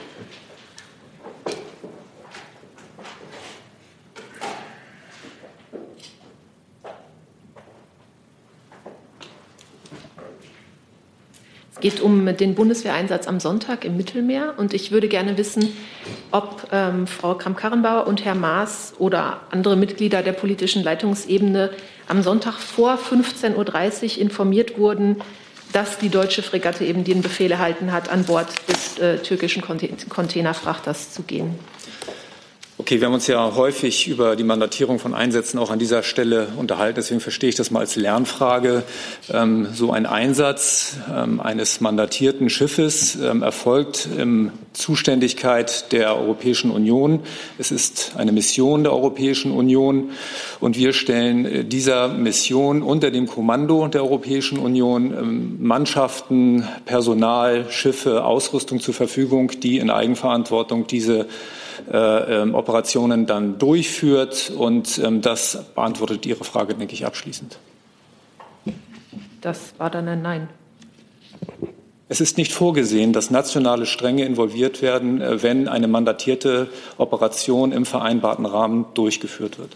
Es geht um den Bundeswehreinsatz am Sonntag im Mittelmeer. Und ich würde gerne wissen, ob ähm, Frau Kramp-Karrenbauer und Herr Maas oder andere Mitglieder der politischen Leitungsebene am Sonntag vor fünfzehn Uhr dreißig informiert wurden, dass die deutsche Fregatte eben den Befehl erhalten hat, an Bord des äh, türkischen Containerfrachters zu gehen. Okay, wir haben uns ja häufig über die Mandatierung von Einsätzen auch an dieser Stelle unterhalten. Deswegen verstehe ich das mal als Lernfrage. Ähm, so ein Einsatz ähm, eines mandatierten Schiffes ähm, erfolgt in Zuständigkeit der Europäischen Union. Es ist eine Mission der Europäischen Union. Und wir stellen äh, dieser Mission unter dem Kommando der Europäischen Union ähm, Mannschaften, Personal, Schiffe, Ausrüstung zur Verfügung, die in Eigenverantwortung diese Äh, ähm, Operationen dann durchführt. Und ähm, das beantwortet Ihre Frage, denke ich, abschließend. Das war dann ein Nein. Es ist nicht vorgesehen, dass nationale Stränge involviert werden, äh, wenn eine mandatierte Operation im vereinbarten Rahmen durchgeführt wird.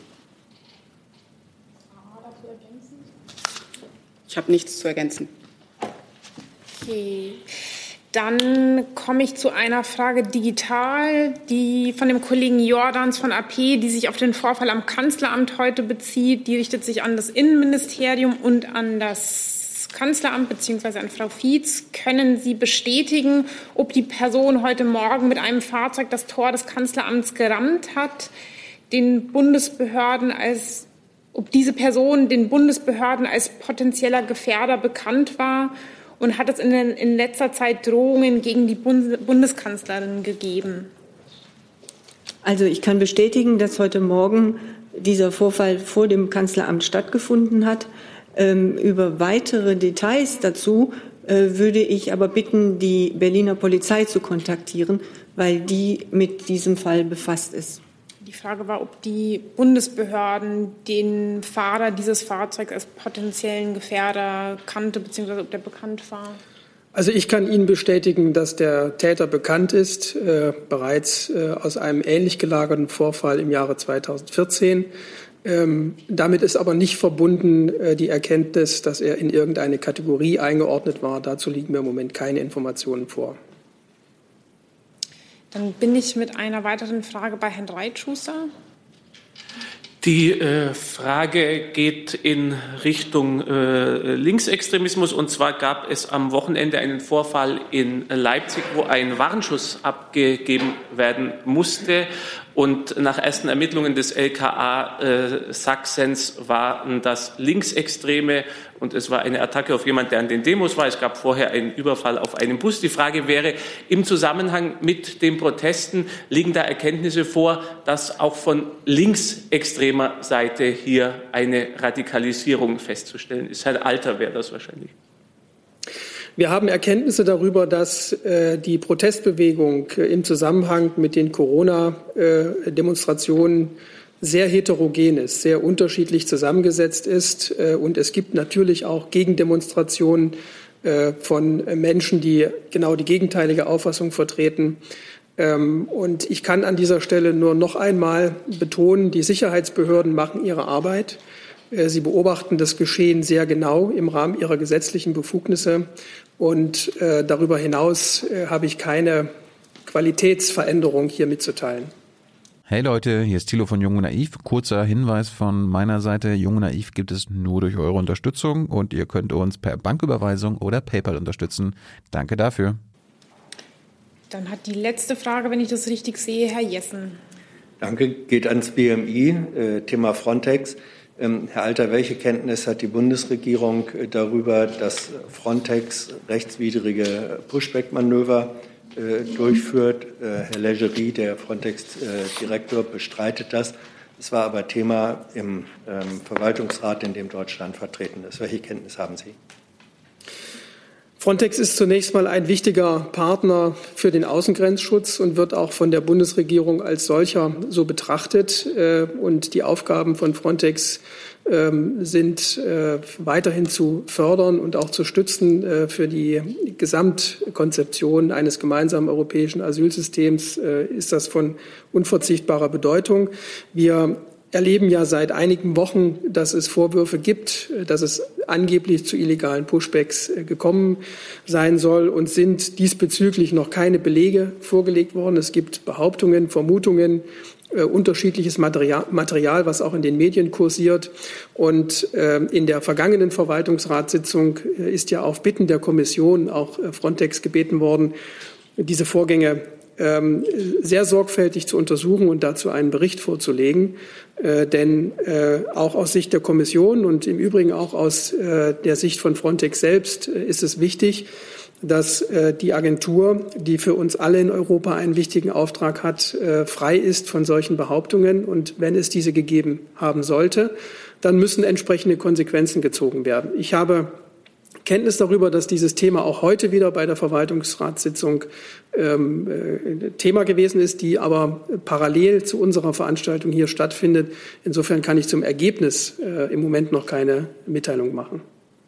Ich habe nichts zu ergänzen. Okay. Dann komme ich zu einer Frage digital, die von dem Kollegen Jordans von A P, die sich auf den Vorfall am Kanzleramt heute bezieht. Die richtet sich an das Innenministerium und an das Kanzleramt bzw. an Frau Fietz. Können Sie bestätigen, ob die Person heute Morgen mit einem Fahrzeug das Tor des Kanzleramts gerammt hat, den Bundesbehörden als, ob diese Person den Bundesbehörden als potenzieller Gefährder bekannt war? Und hat es in, den, in letzter Zeit Drohungen gegen die Bundeskanzlerin gegeben? Also ich kann bestätigen, dass heute Morgen dieser Vorfall vor dem Kanzleramt stattgefunden hat. Ähm, über weitere Details dazu äh, würde ich aber bitten, die Berliner Polizei zu kontaktieren, weil die mit diesem Fall befasst ist. Die Frage war, ob die Bundesbehörden den Fahrer dieses Fahrzeugs als potenziellen Gefährder kannte, beziehungsweise ob der bekannt war. Also ich kann Ihnen bestätigen, dass der Täter bekannt ist, äh, bereits äh, aus einem ähnlich gelagerten Vorfall im Jahre zweitausendvierzehn. Ähm, damit ist aber nicht verbunden äh, die Erkenntnis, dass er in irgendeine Kategorie eingeordnet war. Dazu liegen mir im Moment keine Informationen vor. Dann bin ich mit einer weiteren Frage bei Herrn Reitschuster. Die äh, Frage geht in Richtung äh, Linksextremismus. Und zwar gab es am Wochenende einen Vorfall in Leipzig, wo ein Warnschuss abgegeben werden musste. Und nach ersten Ermittlungen des L K A äh, Sachsens waren das Linksextreme und es war eine Attacke auf jemanden, der an den Demos war. Es gab vorher einen Überfall auf einen Bus. Die Frage wäre, im Zusammenhang mit den Protesten liegen da Erkenntnisse vor, dass auch von linksextremer Seite hier eine Radikalisierung festzustellen ist. Herr Alter wäre das wahrscheinlich. Wir haben Erkenntnisse darüber, dass äh, die Protestbewegung äh, im Zusammenhang mit den Corona-Demonstrationen äh, sehr heterogen ist, sehr unterschiedlich zusammengesetzt ist. Äh, und es gibt natürlich auch Gegendemonstrationen äh, von Menschen, die genau die gegenteilige Auffassung vertreten. Ähm, und ich kann an dieser Stelle nur noch einmal betonen, die Sicherheitsbehörden machen ihre Arbeit. Sie beobachten das Geschehen sehr genau im Rahmen ihrer gesetzlichen Befugnisse. Und äh, darüber hinaus äh, habe ich keine Qualitätsveränderung hier mitzuteilen. Hey Leute, hier ist Thilo von Jung und Naiv. Kurzer Hinweis von meiner Seite. Jung und Naiv gibt es nur durch eure Unterstützung und ihr könnt uns per Banküberweisung oder PayPal unterstützen. Danke dafür. Dann hat die letzte Frage, wenn ich das richtig sehe, Herr Jessen. Danke, geht ans B M I, äh, Thema Frontex. Ähm, Herr Alter, welche Kenntnis hat die Bundesregierung äh, darüber, dass Frontex rechtswidrige Pushback-Manöver äh, durchführt? Äh, Herr Leggeri, der Frontex-Direktor, äh, bestreitet das. Es war aber Thema im ähm, Verwaltungsrat, in dem Deutschland vertreten ist. Welche Kenntnis haben Sie? Frontex ist zunächst mal ein wichtiger Partner für den Außengrenzschutz und wird auch von der Bundesregierung als solcher so betrachtet. Und die Aufgaben von Frontex sind weiterhin zu fördern und auch zu stützen. Für die Gesamtkonzeption eines gemeinsamen europäischen Asylsystems ist das von unverzichtbarer Bedeutung. Wir erleben ja seit einigen Wochen, dass es Vorwürfe gibt, dass es angeblich zu illegalen Pushbacks gekommen sein soll und sind diesbezüglich noch keine Belege vorgelegt worden. Es gibt Behauptungen, Vermutungen, äh, unterschiedliches Material, Material, was auch in den Medien kursiert. Und äh, in der vergangenen Verwaltungsratssitzung äh, ist ja auf Bitten der Kommission auch äh, Frontex gebeten worden, diese Vorgänge ähm, sehr sorgfältig zu untersuchen und dazu einen Bericht vorzulegen. Äh, denn äh, auch aus Sicht der Kommission und im Übrigen auch aus äh, der Sicht von Frontex selbst äh, ist es wichtig, dass äh, die Agentur, die für uns alle in Europa einen wichtigen Auftrag hat, äh, frei ist von solchen Behauptungen. Und wenn es diese gegeben haben sollte, dann müssen entsprechende Konsequenzen gezogen werden. Ich habe Kenntnis darüber, dass dieses Thema auch heute wieder bei der Verwaltungsratssitzung ähm, äh, Thema gewesen ist, die aber parallel zu unserer Veranstaltung hier stattfindet. Insofern kann ich zum Ergebnis äh, im Moment noch keine Mitteilung machen.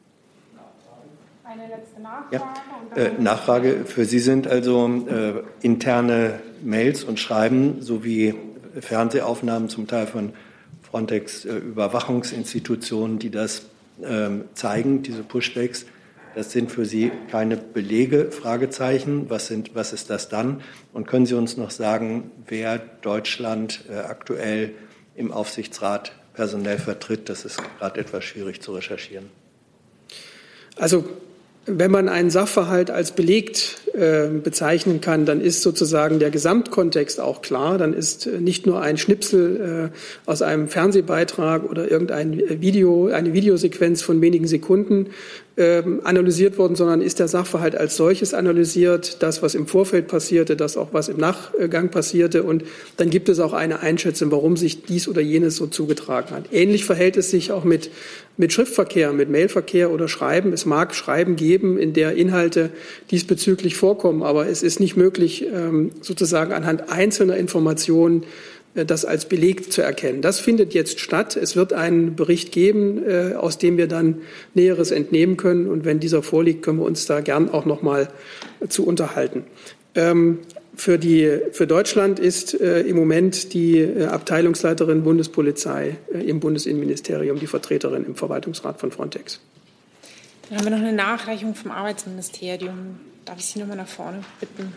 Eine letzte Nachfrage. Ja. Äh, Nachfrage für Sie sind also äh, interne Mails und Schreiben sowie Fernsehaufnahmen zum Teil von Frontex-Überwachungsinstitutionen, die das ähm, zeigen, diese Pushbacks. Das sind für Sie keine Belege, Fragezeichen. Was, sind, was ist das dann? Und können Sie uns noch sagen, wer Deutschland äh, aktuell im Aufsichtsrat personell vertritt? Das ist gerade etwas schwierig zu recherchieren. Also wenn man einen Sachverhalt als belegt äh, bezeichnen kann, dann ist sozusagen der Gesamtkontext auch klar. Dann ist äh, nicht nur ein Schnipsel äh, aus einem Fernsehbeitrag oder irgendein Video, eine Videosequenz von wenigen Sekunden äh, analysiert worden, sondern ist der Sachverhalt als solches analysiert, das, was im Vorfeld passierte, das auch, was im Nachgang passierte. Und dann gibt es auch eine Einschätzung, warum sich dies oder jenes so zugetragen hat. Ähnlich verhält es sich auch mit mit Schriftverkehr, mit Mailverkehr oder Schreiben. Es mag Schreiben geben, in der Inhalte diesbezüglich vorkommen, aber es ist nicht möglich, sozusagen anhand einzelner Informationen das als Beleg zu erkennen. Das findet jetzt statt. Es wird einen Bericht geben, aus dem wir dann Näheres entnehmen können. Und wenn dieser vorliegt, können wir uns da gern auch noch mal zu unterhalten. Für, die, für Deutschland ist äh, im Moment die äh, Abteilungsleiterin Bundespolizei äh, im Bundesinnenministerium die Vertreterin im Verwaltungsrat von Frontex. Dann haben wir noch eine Nachreichung vom Arbeitsministerium. Darf ich Sie noch mal nach vorne bitten?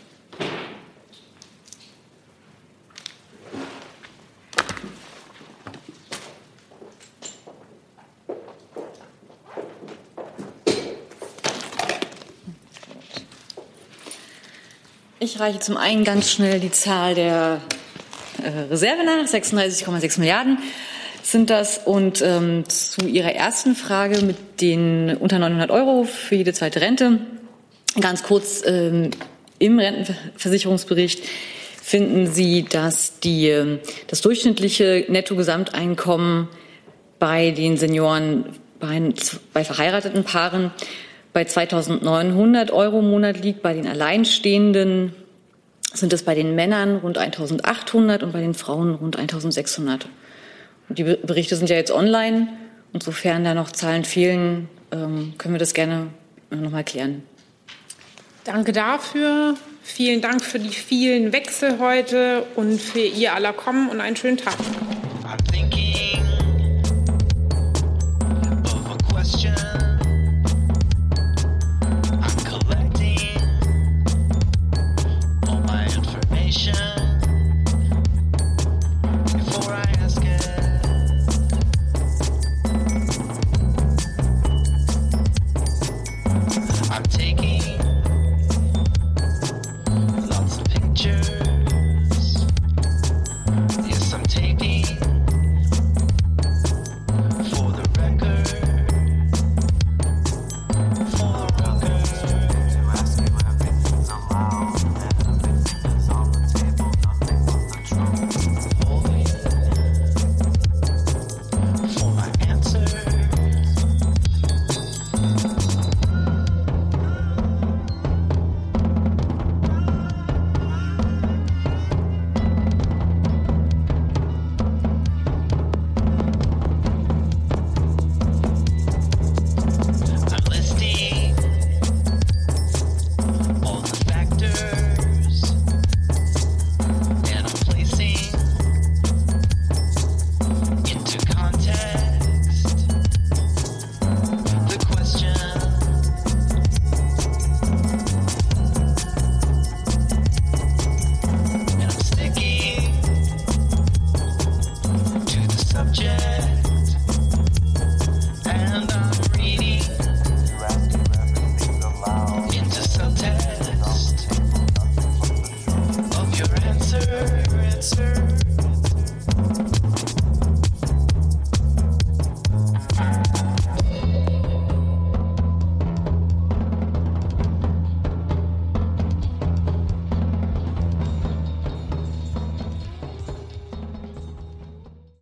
Ich reiche zum einen ganz schnell die Zahl der äh, Reserve nach. sechsunddreißig Komma sechs Milliarden sind das. Und ähm, zu Ihrer ersten Frage mit den unter neunhundert Euro für jede zweite Rente. Ganz kurz, ähm, im Rentenversicherungsbericht finden Sie, dass die, das durchschnittliche Nettogesamteinkommen bei den Senioren, bei, bei verheirateten Paaren bei zweitausendneunhundert Euro im Monat liegt. Bei den Alleinstehenden sind es bei den Männern rund eintausendachthundert und bei den Frauen rund eintausendsechshundert. Und die Berichte sind ja jetzt online. Und sofern da noch Zahlen fehlen, können wir das gerne noch mal klären. Danke dafür. Vielen Dank für die vielen Wechsel heute und für Ihr aller Kommen und einen schönen Tag.